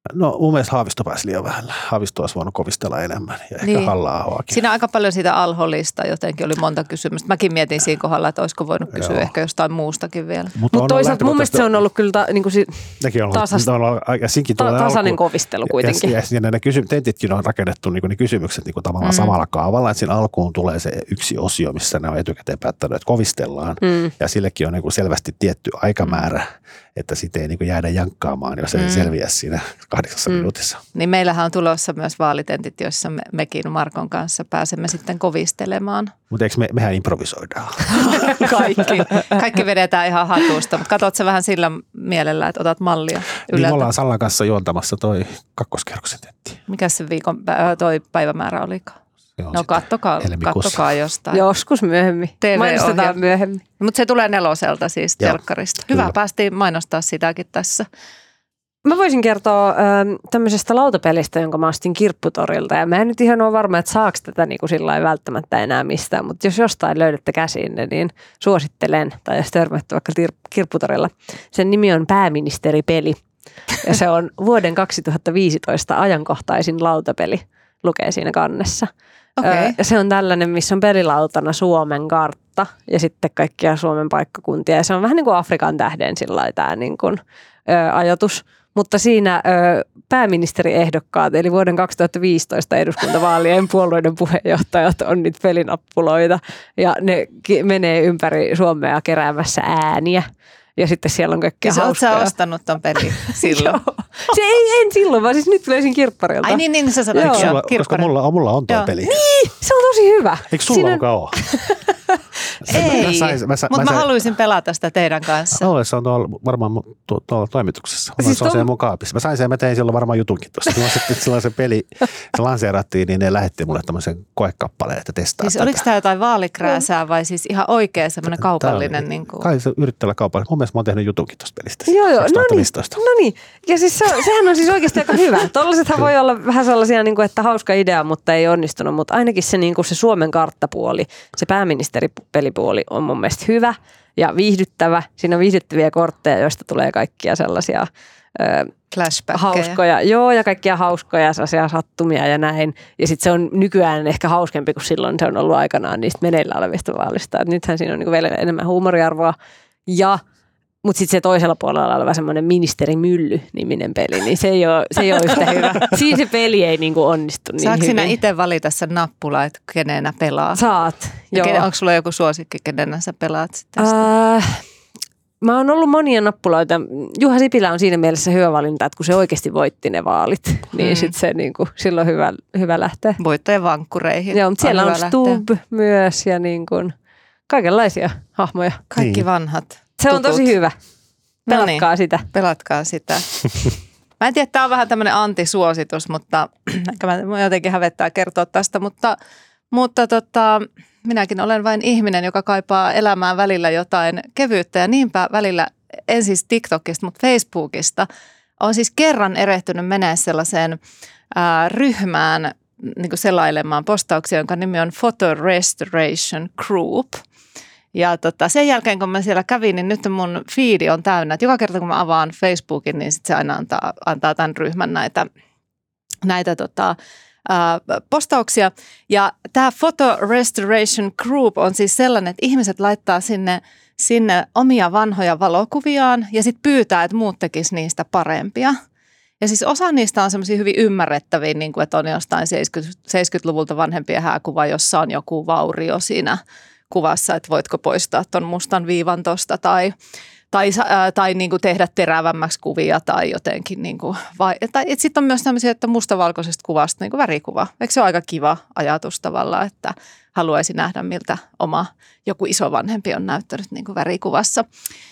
No mun mielestä Haavisto pääsi liian vähän. Haavisto olisi voinut kovistella enemmän ja ehkä Niin. Halla-ahoakin. Siinä aika paljon siitä Al-Holista jotenkin oli monta kysymystä. Mäkin mietin siinä kohdalla, että olisiko voinut kysyä Joo. ehkä jostain muustakin vielä. Mutta Mut toisaalta mun mielestä se on ollut kyllä ta, niin kuin si, nekin on ollut, tasas, on ollut aika, ta, tasainen alku, kovistelu kuitenkin. Ja, ja, ja ne kysy, tentitkin on rakennettu niin ne kysymykset niin tavallaan mm. samalla kaavalla, että siinä alkuun tulee se yksi osio, missä ne on etukäteen päättänyt, että kovistellaan. Mm. Ja sillekin on niin selvästi tietty aikamäärä, mm. että siitä ei niin jäädä jankkaamaan, jos ei mm. selviä siinä kahdeksassa mm. minuutissa. Niin meillähän on tulossa myös vaalitentit, joissa me, mekin Markon kanssa pääsemme sitten kovistelemaan. Mutta eikö me, mehän improvisoidaan? Kaikki. Kaikki vedetään ihan hatusta, mutta katsot sä vähän sillä mielellä, että otat mallia Yleltä. Niin me ollaan Sallan kanssa juontamassa toi kakkoskerroksen tentti. Mikä se viikon toi päivämäärä olikaan? No kattokaa, kattokaa jostain. Joskus myöhemmin. T V-ohjelma. Mainostetaan myöhemmin. Mutta se tulee neloselta siis Joo, telkkarista. Hyvä, kyllä. päästiin mainostaa sitäkin tässä. Mä voisin kertoa äh, tämmöisestä lautapelistä, jonka mä ostin Kirpputorilta. Ja mä en nyt ihan ole varma, että saako tätä niin kuin sillain välttämättä enää mistään. Mutta jos jostain löydätte käsiinne, niin suosittelen. Tai jos törmätte vaikka tir- Kirpputorilla. Sen nimi on Pääministeripeli. Ja se on vuoden kaksituhattaviisitoista ajankohtaisin lautapeli. Lukee siinä kannessa. Okay. Se on tällainen, missä on pelilautana Suomen kartta ja sitten kaikkia Suomen paikkakuntia. Ja se on vähän niin kuin Afrikan tähden sillä tämä niin kuin, ö, ajatus. Mutta siinä ö, pääministeriehdokkaat, eli vuoden kaksituhattaviisitoista eduskuntavaalien puolueiden puheenjohtajat on niitä pelinappuloita. Ja ne menee ympäri Suomea keräämässä ääniä. Ja sitten siellä on kaikkea siis hauskaa. Oletko sä ostanut ton pelin silloin? Se ei, en silloin, vaan siis nyt löysin kirpparilta. Ai niin, niin sä sanoit jo. Sulla, koska mulla, mulla on tuo Joo. peli. Niin, se on tosi hyvä. Eikö sulla Siinä... mukaan ole? Ei, mutta mä, mä haluaisin pelata sitä teidän kanssa. Ole, se on tuolla, varmaan tu, tuolla toimituksessa. Siis se on tom... siellä mun kaapissa. Mä sain sen, mä tein silloin varmaan jutunkin tuossa. Kun sitten silloin se peli, se lanseerattiin, niin ne lähetti mulle tämmöisen koekappaleen, että testaa siis tätä. oliko tämä jotain vaalikrääsää vai siis ihan oikea semmoinen kaupallinen? On, niin kuin... Kai se yrittää olla kaupallinen. Mun mielestä mä oon tehnyt jutunkin tuosta pelistä. Joo, joo. No niin, kaksituhattaviisitoista. no niin. Ja siis se, sehän on siis oikeasti aika hyvä. Tollaisethan voi olla vähän sellaisia, niin kuin, että hauska idea, mutta ei onnistunut. Mutta ainakin se, niin kuin se Suomen karttapuoli, se pääministeripelipuoli on mun mielestä hyvä ja viihdyttävä. Siinä on viihdyttäviä kortteja, joista tulee kaikkia sellaisia ö, hauskoja. Joo, ja kaikkia hauskoja sellaisia sattumia ja näin. Ja sitten se on nykyään ehkä hauskempi kuin silloin se on ollut aikanaan niistä meneillä olevista vaalista. Et nythän siinä on niin kuin vielä enemmän huumoriarvoa. Ja mutta sitten se toisella puolella oleva semmoinen Ministerimylly-niminen peli, niin se ei ole, se ei ole yhtä hyvä. Siinä se peli ei niinku onnistu niin Saatko hyvin. sinä itse valita sen nappula, että kenenä pelaa? Saat, joo. Ken, onko sulla joku suosikki, kenenä sä pelaat sitten? Äh, mä oon ollut monia nappuloita. Juha Sipilä on siinä mielessä hyvä valinta, että kun se oikeasti voitti ne vaalit, niin mm. sitten se niinku, silloin hyvä, hyvä lähteä. Voittajan vankkureihin. Joo, mutta siellä on Stubb myös ja niinku, kaikenlaisia hahmoja. Kaikki niin. vanhat. Se on tutut. tosi hyvä. Pelatkaa no niin, sitä. Pelatkaa sitä. Mä en tiedä, tämä on vähän tämmöinen antisuositus, mutta ehkä mä jotenkin hävettää kertoa tästä, mutta, mutta tota, minäkin olen vain ihminen, joka kaipaa elämään välillä jotain kevyyttä ja niinpä välillä, en siis TikTokista, mutta Facebookista, olen siis kerran erehtynyt menee sellaiseen ää, ryhmään niin kuin selailemaan postauksia, jonka nimi on Photo Restoration Group. Ja tota, sen jälkeen, kun mä siellä kävin, niin nyt mun feedi on täynnä. Että joka kerta, kun mä avaan Facebookin, niin sit se aina antaa, antaa tämän ryhmän näitä, näitä tota, ää, postauksia. Ja tämä Photo Restoration Group on siis sellainen, että ihmiset laittaa sinne, sinne omia vanhoja valokuviaan ja sitten pyytää, että muut tekisivät niistä parempia. Ja siis osa niistä on semmoisia hyvin ymmärrettäviä, niin kuin että on jostain seitsemänkymmentäluvulta vanhempia hääkuva, jossa on joku vaurio siinä kuvassa, että voitko poistaa tuon mustan viivan tosta tai, tai, ää, tai niin kuin tehdä terävämmäksi kuvia tai jotenkin. Niin kuin, vai, tai sitten on myös tämmöisiä, että mustavalkoisesta kuvasta niin kuin värikuva. Eikö se ole aika kiva ajatus tavallaan, että haluaisi nähdä, miltä oma joku isovanhempi on näyttänyt niin kuin värikuvassa.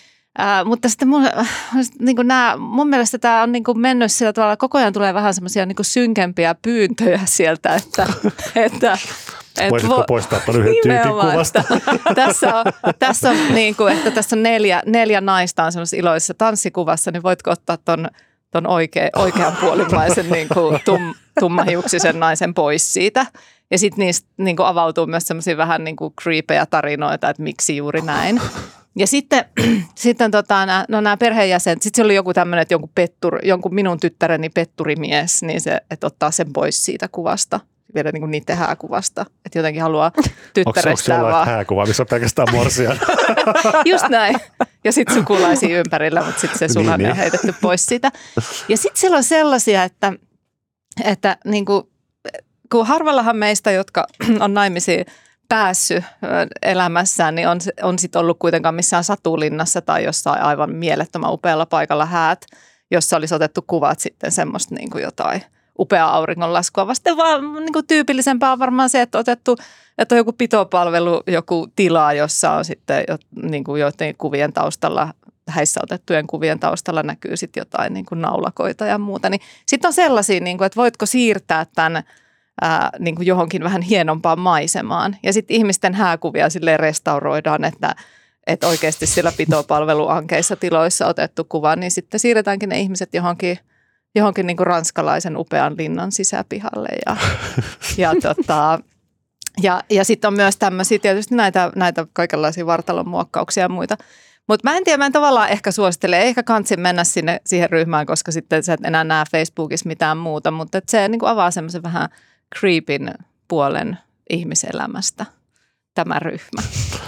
Ää, mutta sitten mun, niin kuin nämä, mun mielestä tämä on niin kuin mennyt sillä tavalla, koko ajan tulee vähän semmoisia niin kuin synkempiä pyyntöjä sieltä, että, että voisitko vo- poistaa tuon yhden tyypin kuvasta? Tässä on, tässä on niin kuin, että tässä on neljä, neljä naista on semmoisessa iloisessa tanssikuvassa, niin voitko ottaa ton, ton oikea, oikeanpuolimaisen niin kuin tum, tummahiuksisen naisen pois siitä. Ja sitten niistä niin kuin avautuu myös semmoisia vähän niin kuin creepejä tarinoita, että miksi juuri näin. Ja sitten, sitten tota, nämä, no nämä perheenjäsenet, sitten se oli joku tämmöinen, että jonkun, pettur, jonkun minun tyttäreni petturimies, niin se, että ottaa sen pois siitä kuvasta. Vielä niin kuin niiden hääkuvasta. Että jotenkin haluaa tyttärestään vaan. Onko vaan. hääkuva, missä on pelkästään morsian? Just näin. Ja sitten sukulaisia ympärillä, mutta sitten se sulanne niin, on heitetty pois siitä. Ja sitten siellä on sellaisia, että, että niin kuin, kun harvallahan meistä, jotka on naimisiin päässyt elämässään, niin on, on sitten ollut kuitenkaan missään satulinnassa tai jossain aivan mielettömän upealla paikalla häät, jossa olisi otettu kuvat sitten semmoista niin kuin jotain upeaa auringonlaskua. Vasten vaan niin kuin tyypillisempää on varmaan se, että otettu, että on joku pitopalvelu, joku tila, jossa on sitten niin kuin joiden kuvien taustalla, häissä otettujen kuvien taustalla näkyy sitten jotain niin kuin naulakoita ja muuta. Niin sitten on sellaisia, niin kuin, että voitko siirtää tämän ää, niin kuin johonkin vähän hienompaan maisemaan. Ja sitten ihmisten hääkuvia silleen restauroidaan, että että oikeasti siellä pitopalveluankeissa tiloissa otettu kuva, niin sitten siirretäänkin ne ihmiset johonkin johonkin niin kuin ranskalaisen upean linnan sisäpihalle. Ja, ja, tota, ja, ja sitten on myös tämmöisiä tietysti näitä, näitä kaikenlaisia vartalon muokkauksia ja muita. Mutta mä en tiedä, mä en tavallaan ehkä suosittele, ei ehkä kansi mennä sinne siihen ryhmään, koska sitten sä et enää näe Facebookissa mitään muuta, mutta se niin kuin avaa semmoisen vähän creepin puolen ihmiselämästä tämä ryhmä.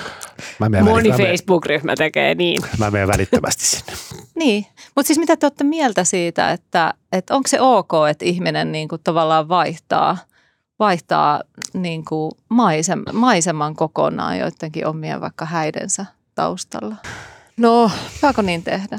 Moni Facebook-ryhmä tekee niin. Mä menen välittömästi sinne. Niin, mutta siis mitä te olette mieltä siitä, että, että onko se ok, että ihminen niin kuin tavallaan vaihtaa, vaihtaa niin kuin maisem, maiseman kokonaan joidenkin omien vaikka häidensä taustalla? No, saako niin tehdä?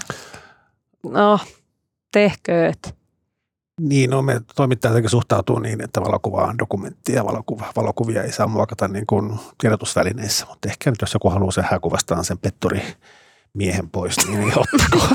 No, tehkööt. Niin, no me toimittajat suhtautuu niin, että valokuva on dokumentti ja valokuva, valokuvia ei saa muokata niin kuin tiedotusvälineissä, mutta ehkä nyt jos joku haluaa sen hääkuvastaan sen petturi miehen pois, niin ei ottako.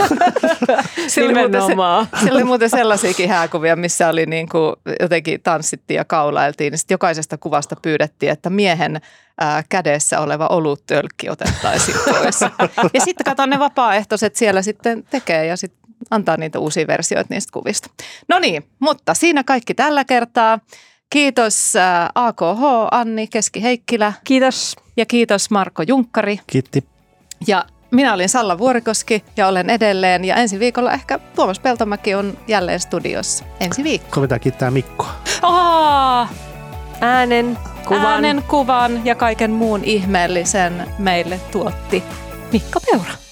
Siellä oli, oli muuten sellaisiakin hääkuvia, missä oli niin kuin jotenkin tanssittiin ja kaulailtiin. Sitten jokaisesta kuvasta pyydettiin, että miehen ää, kädessä oleva oluttölkki otettaisiin pois. Ja sitten kato ne vapaaehtoiset siellä sitten tekee ja sitten antaa niitä uusia versioita niistä kuvista. No niin, mutta siinä kaikki tällä kertaa. Kiitos A K H Anni Keski-Heikkilä. Kiitos. Ja kiitos Marko Junkkari. Kiitti. Ja minä olin Salla Vuorikoski ja olen edelleen. Ja ensi viikolla ehkä Tuomas Peltomäki on jälleen studiossa. Ensi viikko. Kun pitää kiittää Mikkoa. Oh! Äänen, kuvan. Äänen, kuvan ja kaiken muun ihmeellisen meille tuotti Mikko Peura.